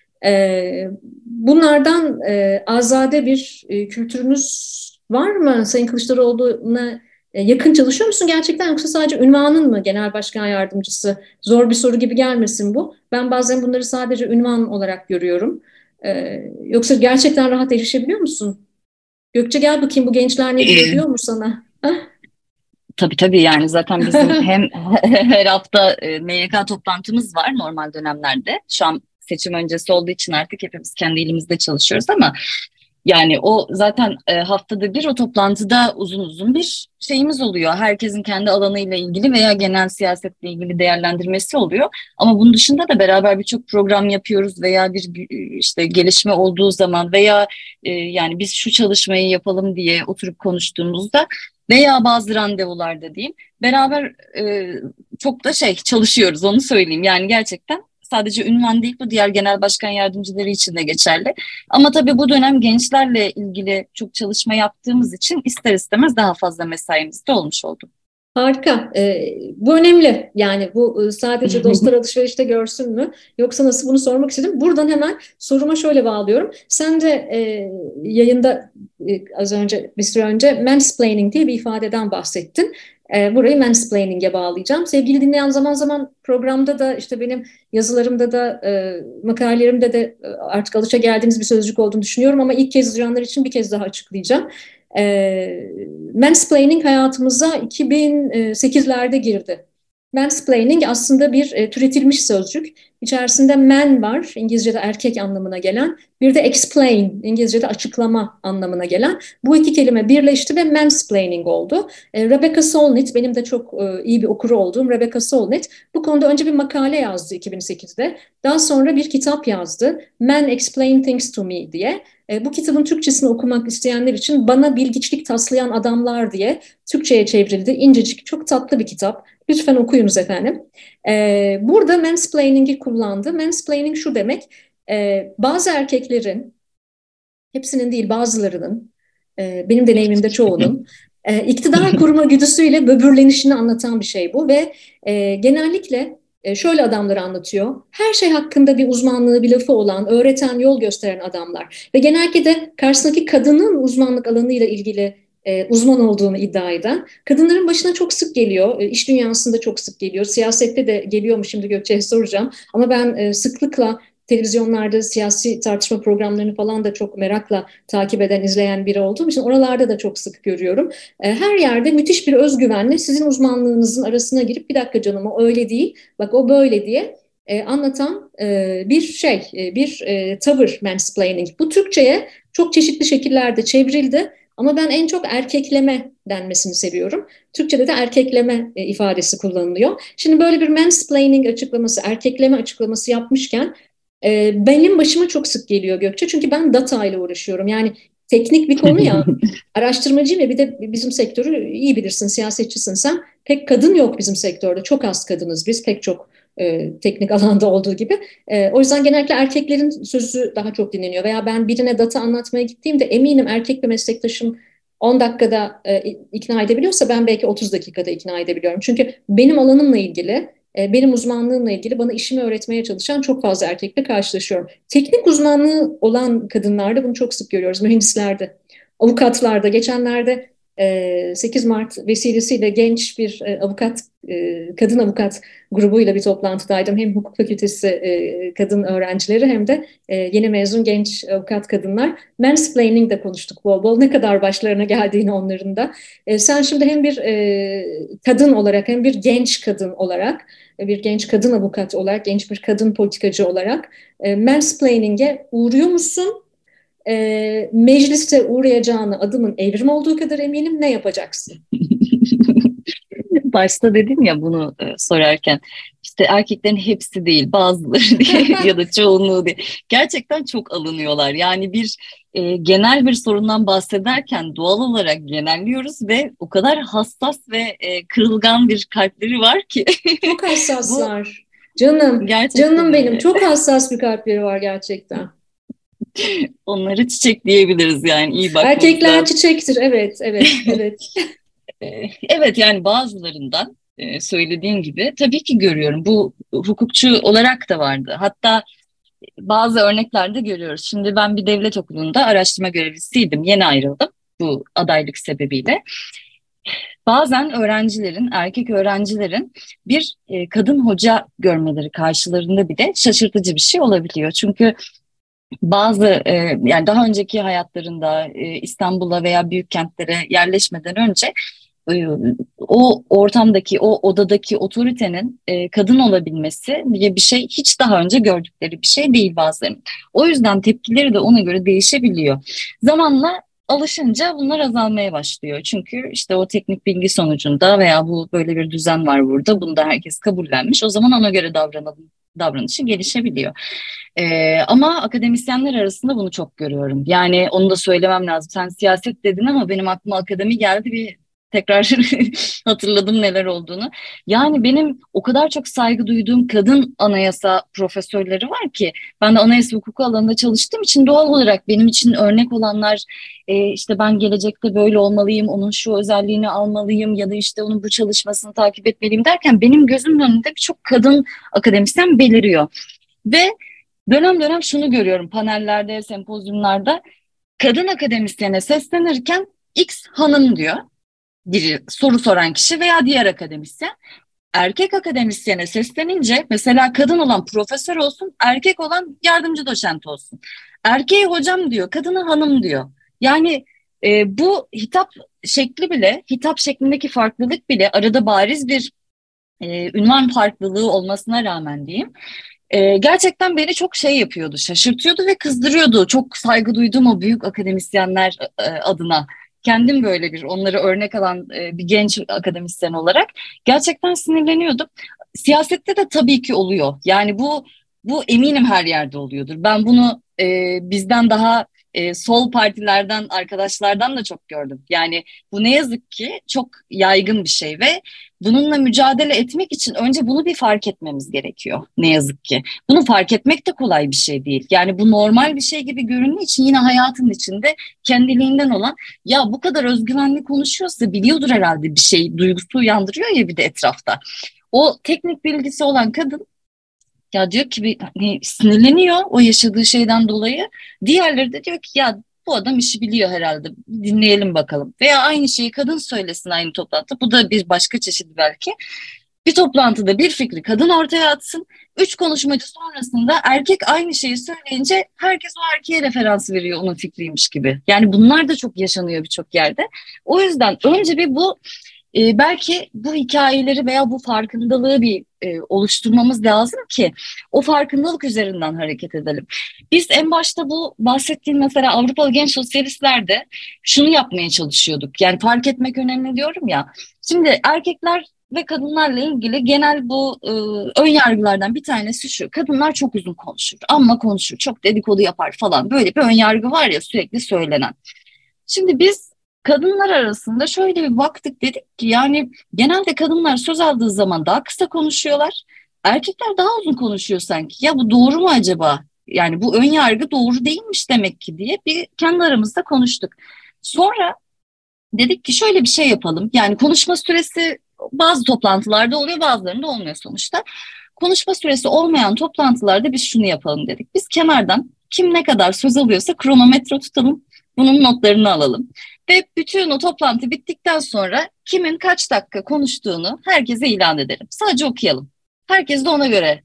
Bunlardan azade bir kültürünüz var mı? Sayın Kılıçdaroğlu'na yakın çalışıyor musun gerçekten, yoksa sadece ünvanın mı genel başkan yardımcısı? Zor bir soru gibi gelmesin bu. Ben bazen bunları sadece ünvan olarak görüyorum. Yoksa gerçekten rahat erişebiliyor musun? Gökçe gel bakayım, bu gençler ne diyor, Ee, diyor mu sana? Hah? tabii tabii, yani zaten bizim hem her hafta MYK toplantımız var normal dönemlerde. Şu an seçim öncesi olduğu için artık hepimiz kendi elimizde çalışıyoruz ama yani o zaten haftada bir o toplantıda uzun uzun bir şeyimiz oluyor. Herkesin kendi alanıyla ilgili veya genel siyasetle ilgili değerlendirmesi oluyor. Ama bunun dışında da beraber birçok program yapıyoruz veya bir işte gelişme olduğu zaman veya yani biz şu çalışmayı yapalım diye oturup konuştuğumuzda veya bazı randevularda diyeyim beraber çok da şey çalışıyoruz, onu söyleyeyim. Yani gerçekten sadece ünvan değil, bu diğer genel başkan yardımcıları için de geçerli. Ama tabii bu dönem gençlerle ilgili çok çalışma yaptığımız için ister istemez daha fazla mesaimiz de olmuş oldu. Harika. Bu önemli. Yani bu sadece dostlar alışverişte görsün mü? Yoksa nasıl, bunu sormak istedim. Buradan hemen soruma şöyle bağlıyorum. Sen de yayında az önce, bir süre önce mansplaining diye bir ifadeden bahsettin. Burayı mansplaining'e bağlayacağım. Sevgili dinleyen, zaman zaman programda da işte benim yazılarımda da makalelerimde de artık alışageldiğiniz bir sözcük olduğunu düşünüyorum ama ilk kez duyanlar için bir kez daha açıklayacağım. Mansplaining hayatımıza 2008'lerde girdi. Mansplaining aslında bir türetilmiş sözcük. İçerisinde man var, İngilizce'de erkek anlamına gelen. Bir de explain, İngilizce'de açıklama anlamına gelen. Bu iki kelime birleşti ve mansplaining oldu. Rebecca Solnit, benim de çok iyi bir okuru olduğum Rebecca Solnit, bu konuda önce bir makale yazdı 2008'de. Daha sonra bir kitap yazdı. Men Explain Things to Me diye. Bu kitabın Türkçesini okumak isteyenler için Bana Bilgiçlik Taslayan Adamlar diye Türkçe'ye çevrildi. İncecik, çok tatlı bir kitap. Lütfen okuyunuz efendim. Burada mansplaining'i kullandı. Mansplaining şu demek: bazı erkeklerin, hepsinin değil bazılarının, benim deneyimimde çoğunun, iktidar kurma güdüsüyle böbürlenişini anlatan bir şey bu ve genellikle şöyle adamları anlatıyor. Her şey hakkında bir uzmanlığı, bir lafı olan, öğreten, yol gösteren adamlar. Ve genellikle de karşısındaki kadının uzmanlık alanıyla ilgili uzman olduğunu iddia eden. Kadınların başına çok sık geliyor, iş dünyasında çok sık geliyor, siyasette de geliyor mu şimdi Gökçe'ye soracağım. Ama ben sıklıkla televizyonlarda siyasi tartışma programlarını falan da çok merakla takip eden, izleyen biri olduğum için oralarda da çok sık görüyorum. Her yerde müthiş bir özgüvenle sizin uzmanlığınızın arasına girip bir dakika canım o öyle değil, bak o böyle diye anlatan bir şey, bir tavır mansplaining. Bu Türkçe'ye çok çeşitli şekillerde çevrildi. Ama ben en çok erkekleme denmesini seviyorum. Türkçe'de de erkekleme ifadesi kullanılıyor. Şimdi böyle bir mansplaining açıklaması, erkekleme açıklaması yapmışken benim başıma çok sık geliyor Gökçe. Çünkü ben data ile uğraşıyorum. Yani teknik bir konu ya. Araştırmacıyım ya, bir de bizim sektörü iyi bilirsin, siyasetçisin sen. Pek kadın yok bizim sektörde. Çok az kadınız biz, pek çok teknik alanda olduğu gibi. O yüzden genellikle erkeklerin sözü daha çok dinleniyor. Veya ben birine data anlatmaya gittiğimde eminim erkek bir meslektaşım 10 dakikada ikna edebiliyorsa ben belki 30 dakikada ikna edebiliyorum. Çünkü benim alanımla ilgili, benim uzmanlığımla ilgili bana işimi öğretmeye çalışan çok fazla erkekle karşılaşıyorum. Teknik uzmanlığı olan kadınlarda bunu çok sık görüyoruz. Mühendislerde, avukatlarda. Geçenlerde 8 Mart vesilesiyle genç bir avukat, kadın avukat grubuyla bir toplantıdaydım. Hem hukuk fakültesi kadın öğrencileri hem de yeni mezun genç avukat kadınlar. Mansplaining de konuştuk bol bol. Ne kadar başlarına geldiğini onların da. Sen şimdi hem bir kadın olarak hem bir genç kadın olarak, bir genç kadın avukat olarak, genç bir kadın politikacı olarak mansplaining'e uğruyor musun? Mecliste uğrayacağını adımın evrim olduğu kadar eminim. Ne yapacaksın? Başta dedim ya bunu sorarken, işte erkeklerin hepsi değil, bazıları diye ya da çoğunluğu diye. Gerçekten çok alınıyorlar. Yani bir genel bir sorundan bahsederken doğal olarak genelliyoruz ve o kadar hassas ve kırılgan bir kalpleri var ki Çok bu hassaslar. Canım, gerçekten canım benim. öyle. Çok hassas bir kalpleri var gerçekten. Onları çiçek diyebiliriz, yani iyi bakmamız Erkekler lazım. çiçektir. Evet, evet, evet. Evet, yani bazılarından söylediğin gibi tabii ki görüyorum. Bu hukukçu olarak da vardı. Hatta bazı örneklerde görüyoruz. Şimdi ben bir devlet okulunda araştırma görevlisiydim. Yeni ayrıldım bu adaylık sebebiyle. Bazen öğrencilerin, erkek öğrencilerin bir kadın hoca görmeleri karşılarında bile şaşırtıcı bir şey olabiliyor. Çünkü bazı yani daha önceki hayatlarında İstanbul'a veya büyük kentlere yerleşmeden önce e, o ortamdaki, o odadaki otoritenin kadın olabilmesi diye bir şey hiç daha önce gördükleri bir şey değil bazılarının. O yüzden tepkileri de ona göre değişebiliyor. Zamanla alışınca bunlar azalmaya başlıyor. Çünkü işte o teknik bilgi sonucunda veya bu böyle bir düzen var burada, bunu da herkes kabullenmiş. O zaman ona göre davranışı gelişebiliyor. Ama akademisyenler arasında bunu çok görüyorum. Yani onu da söylemem lazım. Sen siyaset dedin ama benim aklıma akademi geldi, bir tekrar hatırladım neler olduğunu. Yani benim o kadar çok saygı duyduğum kadın anayasa profesörleri var ki, ben de anayasa hukuku alanında çalıştığım için doğal olarak benim için örnek olanlar, işte ben gelecekte böyle olmalıyım, onun şu özelliğini almalıyım ya da işte onun bu çalışmasını takip etmeliyim derken benim gözümün önünde birçok kadın akademisyen beliriyor. Ve dönem dönem şunu görüyorum panellerde, sempozyumlarda, kadın akademisyene seslenirken X hanım diyor biri, soru soran kişi veya diğer akademisyen. Erkek akademisyene seslenince mesela kadın olan profesör olsun, erkek olan yardımcı doçent olsun. Erkeğe hocam diyor, kadına hanım diyor. Yani bu hitap şekli bile, hitap şeklindeki farklılık bile, arada bariz bir ünvan farklılığı olmasına rağmen diyeyim, gerçekten beni çok şey yapıyordu, şaşırtıyordu ve kızdırıyordu. Çok saygı duyduğum o büyük akademisyenler adına. Kendim böyle bir onları örnek alan bir genç akademisyen olarak gerçekten sinirleniyordum. Siyasette de tabii ki oluyor. Yani bu eminim her yerde oluyordur. Ben bunu bizden daha sol partilerden, arkadaşlardan da çok gördüm. Yani bu ne yazık ki çok yaygın bir şey ve bununla mücadele etmek için önce bunu bir fark etmemiz gerekiyor. Ne yazık ki. Bunu fark etmek de kolay bir şey değil. Yani bu normal bir şey gibi göründüğü için yine hayatın içinde kendiliğinden olan, ya bu kadar özgüvenli konuşuyorsa biliyordur herhalde bir şey duygusu uyandırıyor ya bir de etrafta. O teknik bilgisi olan kadın ya diyor ki hani sinirleniyor o yaşadığı şeyden dolayı. Diğerleri de diyor ki ya bu adam işi biliyor herhalde, dinleyelim bakalım. Veya aynı şeyi kadın söylesin aynı toplantıda. Bu da bir başka çeşit belki. Bir toplantıda bir fikri kadın ortaya atsın. Üç konuşmacı sonrasında erkek aynı şeyi söyleyince herkes o erkeğe referans veriyor onun fikriymiş gibi. Yani bunlar da çok yaşanıyor birçok yerde. O yüzden önce bir bu Belki bu hikayeleri veya bu farkındalığı bir oluşturmamız lazım ki o farkındalık üzerinden hareket edelim. Biz en başta bu bahsettiğim mesela Avrupalı genç sosyalistlerde şunu yapmaya çalışıyorduk. Yani fark etmek önemli diyorum ya. Şimdi erkekler ve kadınlarla ilgili genel bu ön yargılardan bir tanesi şu. Kadınlar çok uzun konuşur, amma konuşur, çok dedikodu yapar falan. Böyle bir ön yargı var ya, sürekli söylenen. Şimdi biz kadınlar arasında şöyle bir baktık, dedik ki yani genelde kadınlar söz aldığı zaman daha kısa konuşuyorlar. Erkekler daha uzun konuşuyor sanki. Ya bu doğru mu acaba? Yani bu ön yargı doğru değilmiş demek ki diye bir kendi aramızda konuştuk. Sonra dedik ki şöyle bir şey yapalım. Yani konuşma süresi bazı toplantılarda oluyor, bazılarında olmuyor sonuçta. Konuşma süresi olmayan toplantılarda biz şunu yapalım dedik. Biz kenardan kim ne kadar söz alıyorsa kronometre tutalım. Bunun notlarını alalım. Ve bütün o toplantı bittikten sonra kimin kaç dakika konuştuğunu herkese ilan edelim. Sadece okuyalım. Herkes de ona göre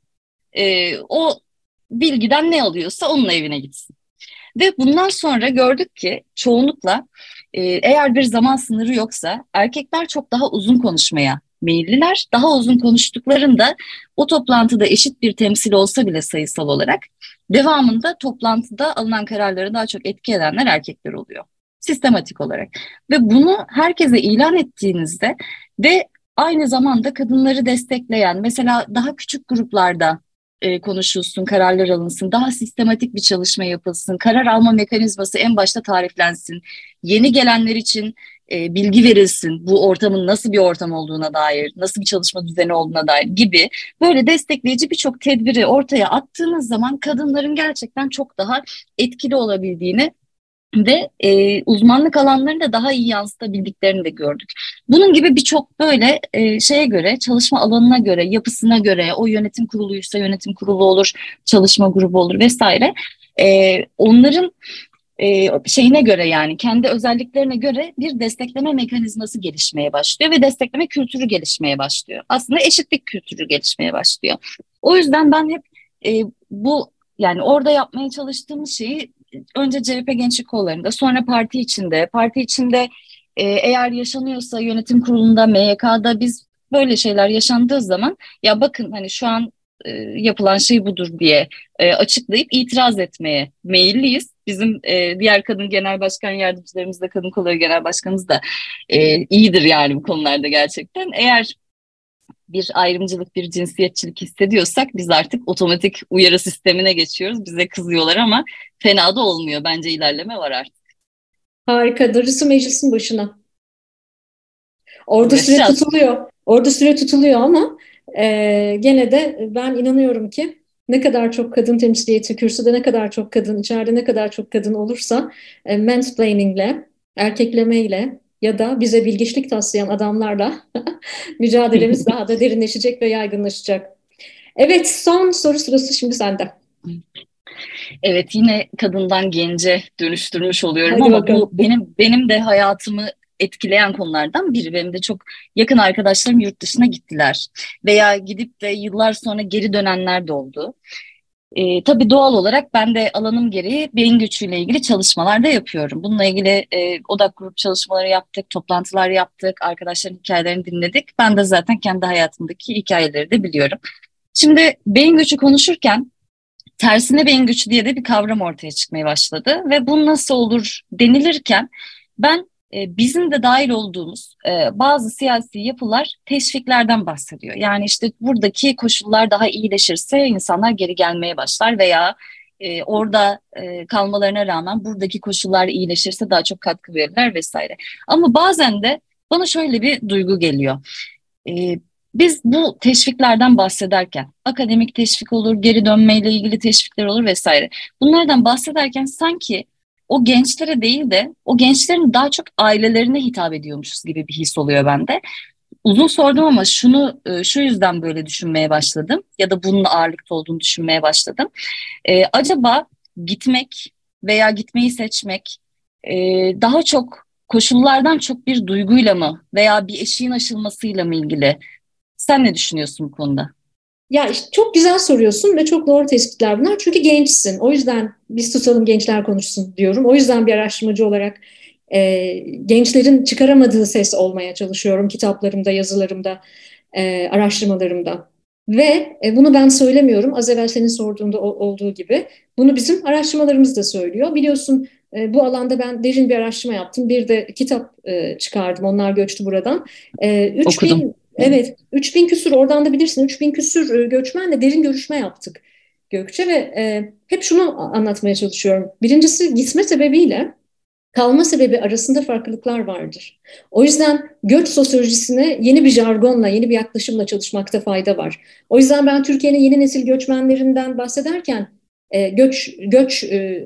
o bilgiden ne alıyorsa onun evine gitsin. Ve bundan sonra gördük ki çoğunlukla eğer bir zaman sınırı yoksa erkekler çok daha uzun konuşmaya meyilliler. Daha uzun konuştuklarında o toplantıda eşit bir temsil olsa bile sayısal olarak devamında toplantıda alınan kararları daha çok etki edenler erkekler oluyor. Sistematik olarak. Ve bunu herkese ilan ettiğinizde ve aynı zamanda kadınları destekleyen, mesela daha küçük gruplarda konuşulsun, kararlar alınsın, daha sistematik bir çalışma yapılsın, karar alma mekanizması en başta tariflensin, yeni gelenler için bilgi verilsin, bu ortamın nasıl bir ortam olduğuna dair, nasıl bir çalışma düzeni olduğuna dair gibi böyle destekleyici birçok tedbiri ortaya attığınız zaman kadınların gerçekten çok daha etkili olabildiğini ve uzmanlık alanlarını da daha iyi yansıtabildiklerini de gördük. Bunun gibi birçok böyle şeye göre, çalışma alanına göre, yapısına göre, o yönetim kuruluysa yönetim kurulu olur, çalışma grubu olur vesaire. Onların şeyine göre, yani kendi özelliklerine göre bir destekleme mekanizması gelişmeye başlıyor ve destekleme kültürü gelişmeye başlıyor. Aslında eşitlik kültürü gelişmeye başlıyor. O yüzden ben hep bu, yani orada yapmaya çalıştığımız şeyi önce CHP Gençlik Kolları'nda, sonra parti içinde eğer yaşanıyorsa yönetim kurulunda, MYK'da biz böyle şeyler yaşandığı zaman ya bakın hani şu an yapılan şey budur diye açıklayıp itiraz etmeye meyilliyiz. Bizim diğer kadın genel başkan yardımcılarımız da, kadın kolları genel başkanımız da iyidir yani bu konularda gerçekten. Eğer bir ayrımcılık, bir cinsiyetçilik hissediyorsak biz artık otomatik uyarı sistemine geçiyoruz. Bize kızıyorlar ama fena da olmuyor. Bence ilerleme var artık. Harika. Darısı meclisin başına. Orada süre Uğraşacağız. tutuluyor. Orada süre tutuluyor ama gene de ben inanıyorum ki ne kadar çok kadın temsiliyeti, kürsüde ne kadar çok kadın, içeride ne kadar çok kadın olursa mansplainingle, erkeklemeyle ya da bize bilgiçlik taslayan adamlarla mücadelemiz daha da derinleşecek ve yaygınlaşacak. Evet, son soru sırası şimdi sende. Evet, yine kadından gence dönüştürmüş oluyorum Hadi ama bu bakalım. benim de hayatımı etkileyen konulardan biri. Benim de çok yakın arkadaşlarım yurt dışına gittiler veya gidip de yıllar sonra geri dönenler de oldu. Tabii doğal olarak ben de alanım gereği beyin göçüyle ilgili çalışmalar da yapıyorum. Bununla ilgili odak grup çalışmaları yaptık, toplantılar yaptık, arkadaşların hikayelerini dinledik. Ben de zaten kendi hayatımdaki hikayeleri de biliyorum. Şimdi beyin göçü konuşurken tersine beyin göçü diye de bir kavram ortaya çıkmaya başladı ve bu nasıl olur denilirken ben bizim de dahil olduğumuz bazı siyasi yapılar teşviklerden bahsediyor. Yani işte buradaki koşullar daha iyileşirse insanlar geri gelmeye başlar veya orada kalmalarına rağmen buradaki koşullar iyileşirse daha çok katkı verirler vesaire. Ama bazen de bana şöyle bir duygu geliyor. E, Biz bu teşviklerden bahsederken, akademik teşvik olur, geri dönmeyle ilgili teşvikler olur vesaire. Bunlardan bahsederken sanki o gençlere değil de o gençlerin daha çok ailelerine hitap ediyormuşuz gibi bir his oluyor bende. Uzun sordum ama şu yüzden böyle düşünmeye başladım ya da bunun ağırlıkta olduğunu düşünmeye başladım. Acaba gitmek veya gitmeyi seçmek e, daha çok koşullardan çok bir duyguyla mı veya bir eşiğin aşılmasıyla mı ilgili? Sen ne düşünüyorsun bu konuda? Ya işte çok güzel soruyorsun ve çok doğru tespitler bunlar. Çünkü gençsin. O yüzden biz tutalım gençler konuşsun diyorum. O yüzden bir araştırmacı olarak Gençlerin çıkaramadığı ses olmaya çalışıyorum kitaplarımda, yazılarımda, araştırmalarımda. Ve bunu ben söylemiyorum. Az evvel senin sorduğunda olduğu gibi. Bunu bizim araştırmalarımız da söylüyor. Biliyorsun bu alanda ben derin bir araştırma yaptım. Bir de kitap çıkardım. Onlar göçtü buradan. Okudum. 3000, evet, 3000 küsur, oradan da bilirsin, 3000 küsur göçmenle derin görüşme yaptık Gökçe ve hep şunu anlatmaya çalışıyorum. Birincisi, gitme sebebiyle kalma sebebi arasında farklılıklar vardır. O yüzden göç sosyolojisine yeni bir jargonla, yeni bir yaklaşımla çalışmakta fayda var. O yüzden ben Türkiye'nin yeni nesil göçmenlerinden bahsederken göç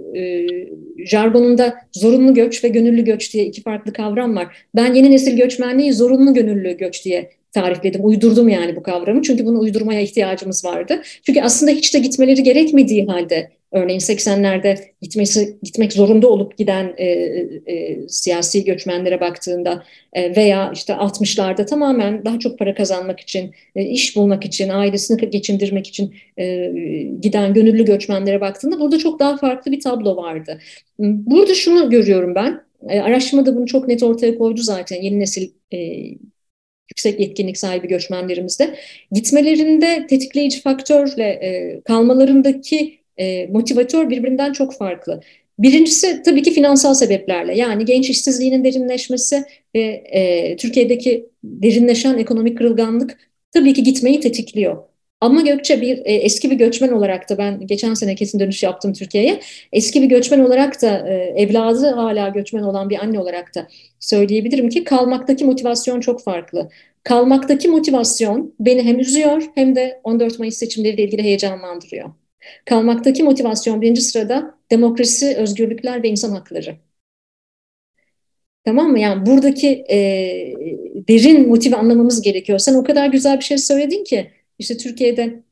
jargonunda zorunlu göç ve gönüllü göç diye iki farklı kavram var. Ben yeni nesil göçmenliği zorunlu gönüllü göç diye tarifledim, uydurdum yani bu kavramı. Çünkü bunu uydurmaya ihtiyacımız vardı. Çünkü aslında hiç de gitmeleri gerekmediği halde, örneğin 80'lerde gitmek zorunda olup giden siyasi göçmenlere baktığında veya işte 60'larda tamamen daha çok para kazanmak için, iş bulmak için, ailesini geçindirmek için giden gönüllü göçmenlere baktığında burada çok daha farklı bir tablo vardı. Burada şunu görüyorum ben, araştırmada bunu çok net ortaya koydu zaten yeni nesil yüksek yetkinlik sahibi göçmenlerimizde. Gitmelerinde tetikleyici faktörle kalmalarındaki motivatör birbirinden çok farklı. Birincisi tabii ki finansal sebeplerle, yani genç işsizliğinin derinleşmesi ve Türkiye'deki derinleşen ekonomik kırılganlık tabii ki gitmeyi tetikliyor. Ama Gökçe, eski bir göçmen olarak da, ben geçen sene kesin dönüş yaptım Türkiye'ye. Eski bir göçmen olarak da, evladı hala göçmen olan bir anne olarak da söyleyebilirim ki kalmaktaki motivasyon çok farklı. Kalmaktaki motivasyon beni hem üzüyor hem de 14 Mayıs seçimleriyle ilgili heyecanlandırıyor. Kalmaktaki motivasyon birinci sırada demokrasi, özgürlükler ve insan hakları. Tamam mı? Yani buradaki derin motivi anlamamız gerekiyor. Sen o kadar güzel bir şey söyledin ki, işte Türkiye'de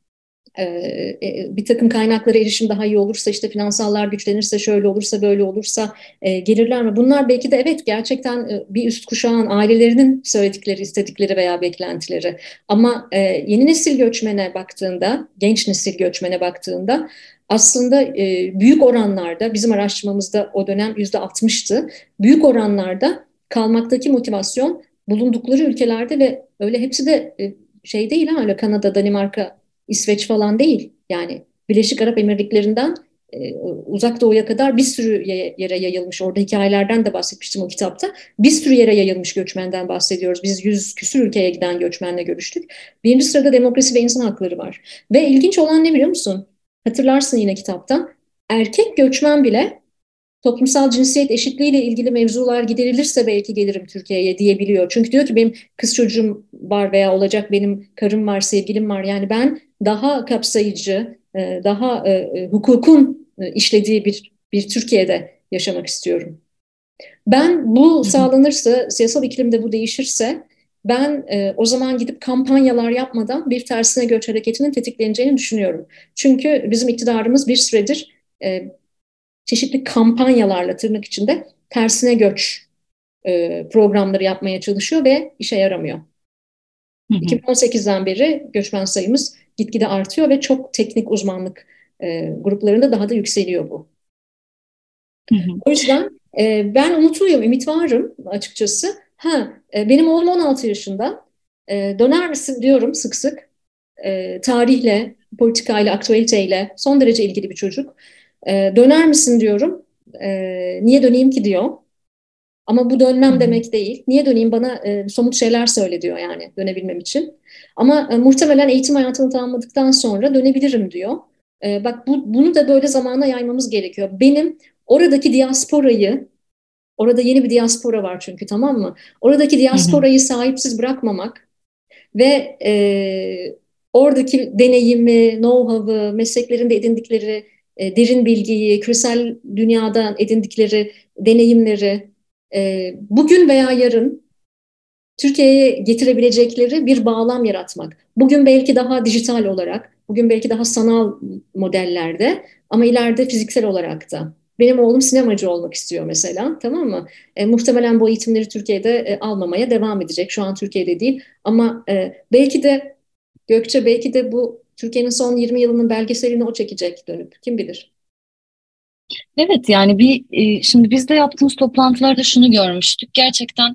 bir takım kaynaklara erişim daha iyi olursa, işte finansallar güçlenirse, şöyle olursa, böyle olursa gelirler mi? Bunlar belki de evet, gerçekten bir üst kuşağın, ailelerinin söyledikleri, istedikleri veya beklentileri. Ama yeni nesil göçmene baktığında, genç nesil göçmene baktığında aslında büyük oranlarda, bizim araştırmamızda o dönem %60'tı. Büyük oranlarda kalmaktaki motivasyon bulundukları ülkelerde ve öyle hepsi de şey değil, hala Kanada, Danimarka, İsveç falan değil. Yani Birleşik Arap Emirlikleri'nden Uzak Doğu'ya kadar bir sürü yere yayılmış. Orada hikayelerden de bahsetmiştim o kitapta. Bir sürü yere yayılmış göçmenden bahsediyoruz. Biz 100 küsür ülkeye giden göçmenle görüştük. Birinci sırada demokrasi ve insan hakları var. Ve ilginç olan ne biliyor musun? Hatırlarsın yine kitaptan. Erkek göçmen bile toplumsal cinsiyet eşitliği ile ilgili mevzular giderilirse belki gelirim Türkiye'ye diyebiliyor. Çünkü diyor ki benim kız çocuğum var veya olacak, benim karım var, sevgilim var. Yani ben daha kapsayıcı, daha hukukun işlediği bir Türkiye'de yaşamak istiyorum. Ben bu sağlanırsa, siyasal iklimde bu değişirse, ben o zaman gidip kampanyalar yapmadan bir tersine göç hareketinin tetikleneceğini düşünüyorum. Çünkü bizim iktidarımız bir süredir çeşitli kampanyalarla, tırnak içinde, tersine göç programları yapmaya çalışıyor ve işe yaramıyor. 2018'den beri göçmen sayımız gitgide artıyor ve çok teknik uzmanlık gruplarında daha da yükseliyor bu. O yüzden ben umutluyum, ümit varım açıkçası. Benim oğlum 16 yaşında. Döner misin diyorum sık sık. Tarihle, politikayla, aktüeliteyle son derece ilgili bir çocuk. Döner misin diyorum. Niye döneyim ki diyor. Ama bu dönmem demek değil. Niye döneyim, bana somut şeyler söyle diyor yani dönebilmem için. Ama muhtemelen eğitim hayatını tamamladıktan sonra dönebilirim diyor. Bak, bunu da böyle zamana yaymamız gerekiyor. Benim oradaki diasporayı, orada yeni bir diaspora var çünkü, tamam mı? Oradaki diasporayı sahipsiz bırakmamak ve oradaki deneyimi, know-how'ı, mesleklerinde edindikleri derin bilgiyi, küresel dünyadan edindikleri deneyimleri bugün veya yarın Türkiye'ye getirebilecekleri bir bağlam yaratmak. Bugün belki daha dijital olarak, bugün belki daha sanal modellerde, ama ileride fiziksel olarak da. Benim oğlum sinemacı olmak istiyor mesela, tamam mı? Muhtemelen bu eğitimleri Türkiye'de almamaya devam edecek. Şu an Türkiye'de değil, ama belki de Gökçe, belki de bu Türkiye'nin son 20 yılının belgeselini o çekecek dönüp. Kim bilir? Evet, yani şimdi biz de yaptığımız toplantılarda şunu görmüştük. Gerçekten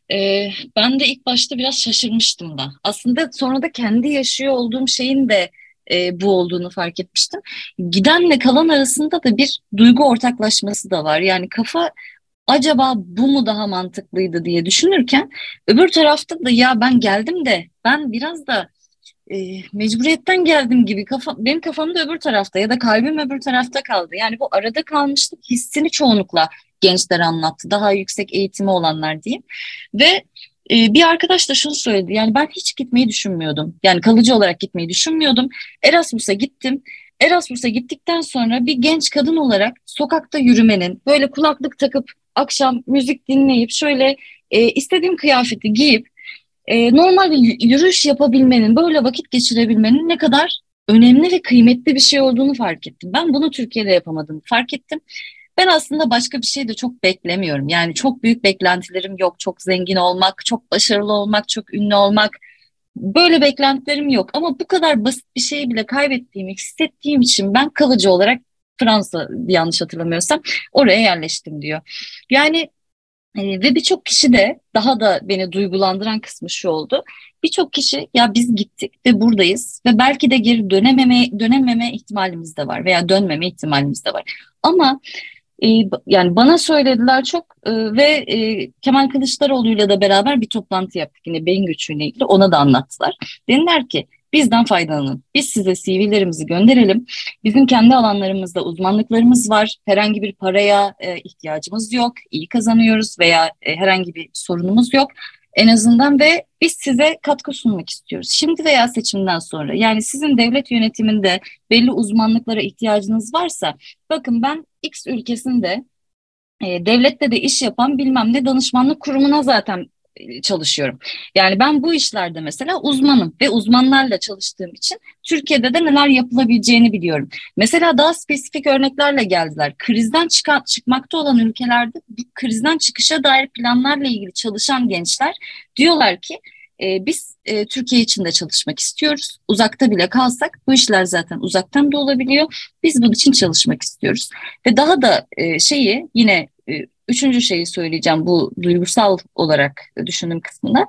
ben de ilk başta biraz şaşırmıştım da. Aslında sonra da kendi yaşıyor olduğum şeyin de bu olduğunu fark etmiştim. Gidenle kalan arasında da bir duygu ortaklaşması da var. Yani kafa acaba bu mu daha mantıklıydı diye düşünürken öbür tarafta da ya ben geldim de ben biraz da mecburiyetten geldim gibi benim kafam da öbür tarafta ya da kalbim öbür tarafta kaldı. Yani bu arada kalmışlık hissini çoğunlukla gençler anlattı. Daha yüksek eğitimi olanlar diyeyim. Ve bir arkadaş da şunu söyledi. Yani ben hiç gitmeyi düşünmüyordum. Yani kalıcı olarak gitmeyi düşünmüyordum. Erasmus'a gittim. Erasmus'a gittikten sonra bir genç kadın olarak sokakta yürümenin, böyle kulaklık takıp akşam müzik dinleyip şöyle istediğim kıyafeti giyip normal bir yürüyüş yapabilmenin, böyle vakit geçirebilmenin ne kadar önemli ve kıymetli bir şey olduğunu fark ettim. Ben bunu Türkiye'de yapamadığımı fark ettim. Ben aslında başka bir şey de çok beklemiyorum. Yani çok büyük beklentilerim yok. Çok zengin olmak, çok başarılı olmak, çok ünlü olmak. Böyle beklentilerim yok. Ama bu kadar basit bir şeyi bile kaybettiğimi hissettiğim için ben kalıcı olarak Fransa, yanlış hatırlamıyorsam, oraya yerleştim diyor. Yani ve birçok kişi de daha da beni duygulandıran kısmı şu oldu. Birçok kişi ya biz gittik ve buradayız ve belki de geri dönememe ihtimalimiz de var veya dönmeme ihtimalimiz de var. Ama yani bana söylediler çok ve Kemal Kılıçdaroğlu'yla da beraber bir toplantı yaptık yine beyin göçüyle ilgili, ona da anlattılar. Dediler ki bizden faydalanın. Biz size CV'lerimizi gönderelim. Bizim kendi alanlarımızda uzmanlıklarımız var. Herhangi bir paraya ihtiyacımız yok. İyi kazanıyoruz veya herhangi bir sorunumuz yok. En azından ve biz size katkı sunmak istiyoruz. Şimdi veya seçimden sonra. Yani sizin devlet yönetiminde belli uzmanlıklara ihtiyacınız varsa, bakın ben X ülkesinde devlette de iş yapan bilmem ne danışmanlık kurumuna zaten çalışıyorum. Yani ben bu işlerde mesela uzmanım ve uzmanlarla çalıştığım için Türkiye'de de neler yapılabileceğini biliyorum. Mesela daha spesifik örneklerle geldiler. Çıkmakta olan ülkelerde bu krizden çıkışa dair planlarla ilgili çalışan gençler diyorlar ki biz Türkiye için de çalışmak istiyoruz. Uzakta bile kalsak bu işler zaten uzaktan da olabiliyor. Biz bunun için çalışmak istiyoruz. Ve daha da şeyi yine üçüncü şeyi söyleyeceğim bu duygusal olarak düşündüğüm kısmına.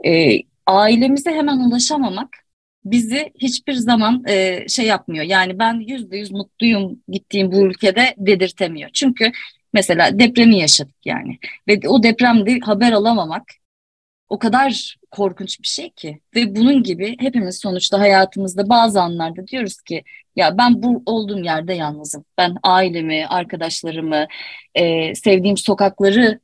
Ailemize hemen ulaşamamak bizi hiçbir zaman şey yapmıyor. Yani ben %100 mutluyum gittiğim bu ülkede dedirtemiyor. Çünkü mesela depremi yaşadık yani. Ve o depremde haber alamamak o kadar korkunç bir şey ki. Ve bunun gibi hepimiz sonuçta hayatımızda bazı anlarda diyoruz ki ya ben bu olduğum yerde yalnızım. Ben ailemi, arkadaşlarımı, sevdiğim sokakları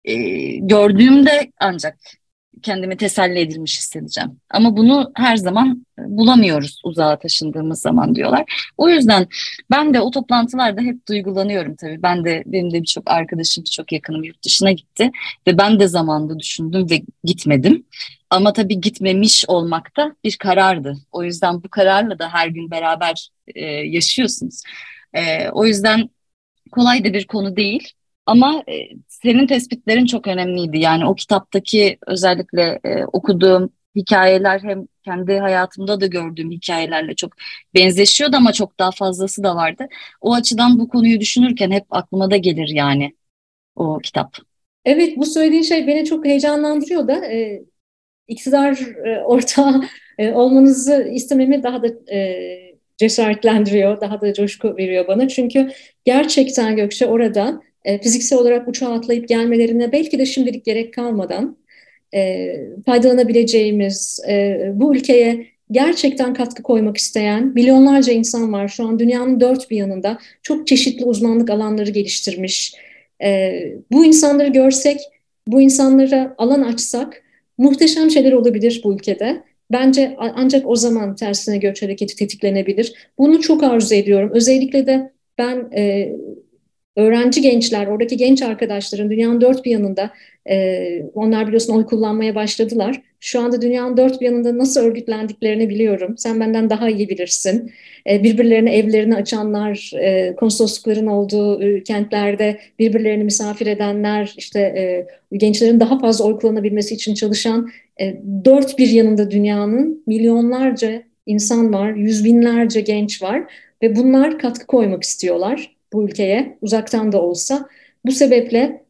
gördüğümde ancak kendimi teselli edilmiş hissedeceğim. Ama bunu her zaman bulamıyoruz uzağa taşındığımız zaman diyorlar. O yüzden ben de o toplantılarda hep duygulanıyorum tabii. Benim de birçok arkadaşım, birçok yakınım yurt dışına gitti ve ben de zamanında düşündüm ve gitmedim. Ama tabii gitmemiş olmak da bir karardı. O yüzden bu kararla da her gün beraber yaşıyorsunuz. O yüzden kolay da bir konu değil. Ama senin tespitlerin çok önemliydi. Yani o kitaptaki özellikle okuduğum hikayeler hem kendi hayatımda da gördüğüm hikayelerle çok benzeşiyordu ama çok daha fazlası da vardı. O açıdan bu konuyu düşünürken hep aklıma da gelir yani o kitap. Evet, bu söylediğin şey beni çok heyecanlandırıyor da iktidar ortağı olmanızı istememi daha da cesaretlendiriyor, daha da coşku veriyor bana. Çünkü gerçekten Gökçe orada fiziksel olarak uçağa atlayıp gelmelerine belki de şimdilik gerek kalmadan faydalanabileceğimiz, bu ülkeye gerçekten katkı koymak isteyen milyonlarca insan var. Şu an dünyanın dört bir yanında çok çeşitli uzmanlık alanları geliştirmiş. Bu insanları görsek, bu insanlara alan açsak muhteşem şeyler olabilir bu ülkede. Bence ancak o zaman tersine göç hareketi tetiklenebilir. Bunu çok arzu ediyorum. Özellikle de ben öğrenci gençler, oradaki genç arkadaşların dünyanın dört bir yanında, onlar biliyorsun oy kullanmaya başladılar. Şu anda dünyanın dört bir yanında nasıl örgütlendiklerini biliyorum. Sen benden daha iyi bilirsin. Birbirlerine evlerini açanlar, konsoloslukların olduğu kentlerde birbirlerini misafir edenler, işte gençlerin daha fazla oy kullanabilmesi için çalışan dört bir yanında dünyanın milyonlarca insan var, yüz binlerce genç var ve bunlar katkı koymak istiyorlar. bu ülkeye, uzaktan da olsa. Bu sebeple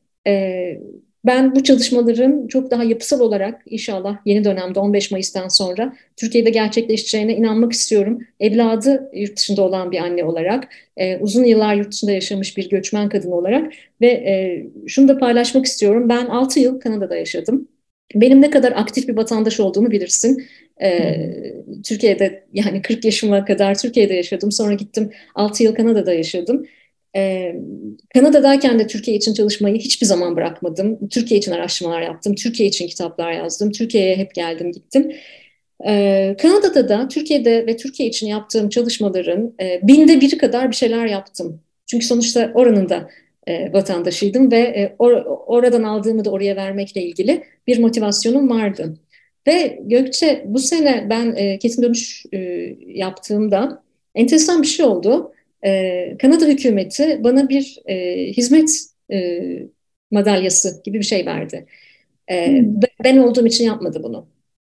ben bu çalışmaların çok daha yapısal olarak inşallah yeni dönemde 15 Mayıs'tan sonra Türkiye'de gerçekleşeceğine inanmak istiyorum. Evladı yurt dışında olan bir anne olarak, uzun yıllar yurt dışında yaşamış bir göçmen kadın olarak ve şunu da paylaşmak istiyorum. Ben 6 yıl Kanada'da yaşadım. Benim ne kadar aktif bir vatandaş olduğumu bilirsin. Türkiye'de yani 40 yaşıma kadar Türkiye'de yaşadım. Sonra gittim 6 yıl Kanada'da yaşadım. Kanada'dayken de Türkiye için çalışmayı hiçbir zaman bırakmadım. Türkiye için araştırmalar yaptım. Türkiye için kitaplar yazdım. Türkiye'ye hep geldim gittim. Kanada'da da Türkiye'de ve Türkiye için yaptığım çalışmaların binde biri kadar bir şeyler yaptım. Çünkü sonuçta oranın da vatandaşıydım ve oradan aldığımı da oraya vermekle ilgili bir motivasyonum vardı. Ve Gökçe bu sene ben kesin dönüş yaptığımda enteresan bir şey oldu. Kanada hükümeti bana bir hizmet madalyası gibi bir şey verdi. Ben olduğum için yapmadı bunu.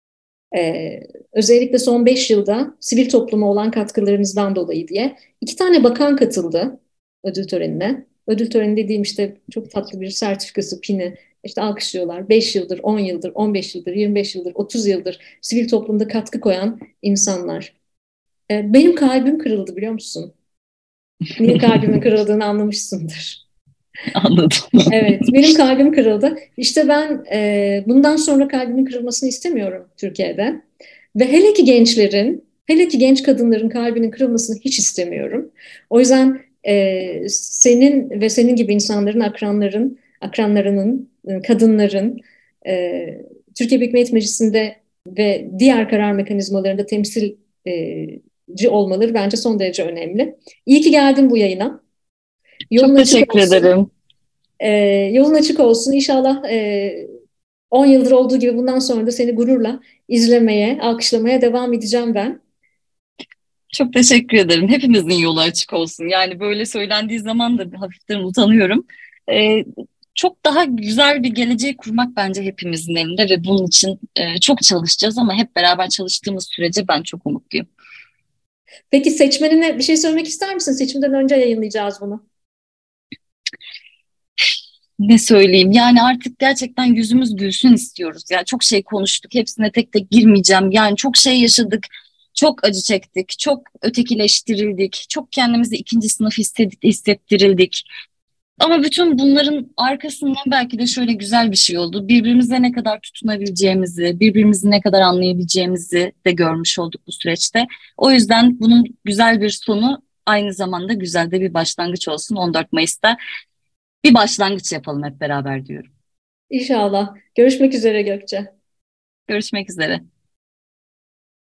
Özellikle son 5 yılda sivil topluma olan katkılarınızdan dolayı diye 2 tane bakan katıldı ödül törenine. Ödül töreni dediğim işte çok tatlı bir sertifikası, pini, işte alkışlıyorlar. 5 yıldır, 10 yıldır, 15 yıldır, 25 yıldır, 30 yıldır sivil toplumda katkı koyan insanlar. Benim kalbim kırıldı biliyor musun? Niye kalbimin kırıldığını anlamışsındır. Anladım. Evet, benim kalbim kırıldı. İşte ben bundan sonra kalbimin kırılmasını istemiyorum Türkiye'de. Ve hele ki gençlerin, hele ki genç kadınların kalbinin kırılmasını hiç istemiyorum. O yüzden senin ve senin gibi insanların, akranlarının, kadınların Türkiye Büyük Millet Meclisi'nde ve diğer karar mekanizmalarında temsilci olmaları bence son derece önemli. İyi ki geldin bu yayına. Çok Yolun açık teşekkür olsun. ederim. Yolun açık olsun. İnşallah 10 yıldır olduğu gibi bundan sonra da seni gururla izlemeye, alkışlamaya devam edeceğim ben. Çok teşekkür ederim. Hepimizin yolu açık olsun. Yani böyle söylendiği zaman da hafiften utanıyorum. Ee, Çok daha güzel bir geleceği kurmak bence hepimizin elinde ve bunun için çok çalışacağız ama hep beraber çalıştığımız sürece ben çok umutluyum. Peki seçmenine bir şey söylemek ister misin? Seçimden önce yayınlayacağız bunu. Ne söyleyeyim? Yani artık gerçekten yüzümüz gülsün istiyoruz. Yani çok şey konuştuk. Hepsine tek tek girmeyeceğim. Yani çok şey yaşadık. Çok acı çektik. Çok ötekileştirildik. Çok kendimizi ikinci sınıf hissettirildik. Ama bütün bunların arkasından belki de şöyle güzel bir şey oldu. Birbirimize ne kadar tutunabileceğimizi, birbirimizi ne kadar anlayabileceğimizi de görmüş olduk bu süreçte. O yüzden bunun güzel bir sonu aynı zamanda güzel de bir başlangıç olsun. 14 Mayıs'ta bir başlangıç yapalım hep beraber diyorum. İnşallah. Görüşmek üzere Gökçe. Görüşmek üzere.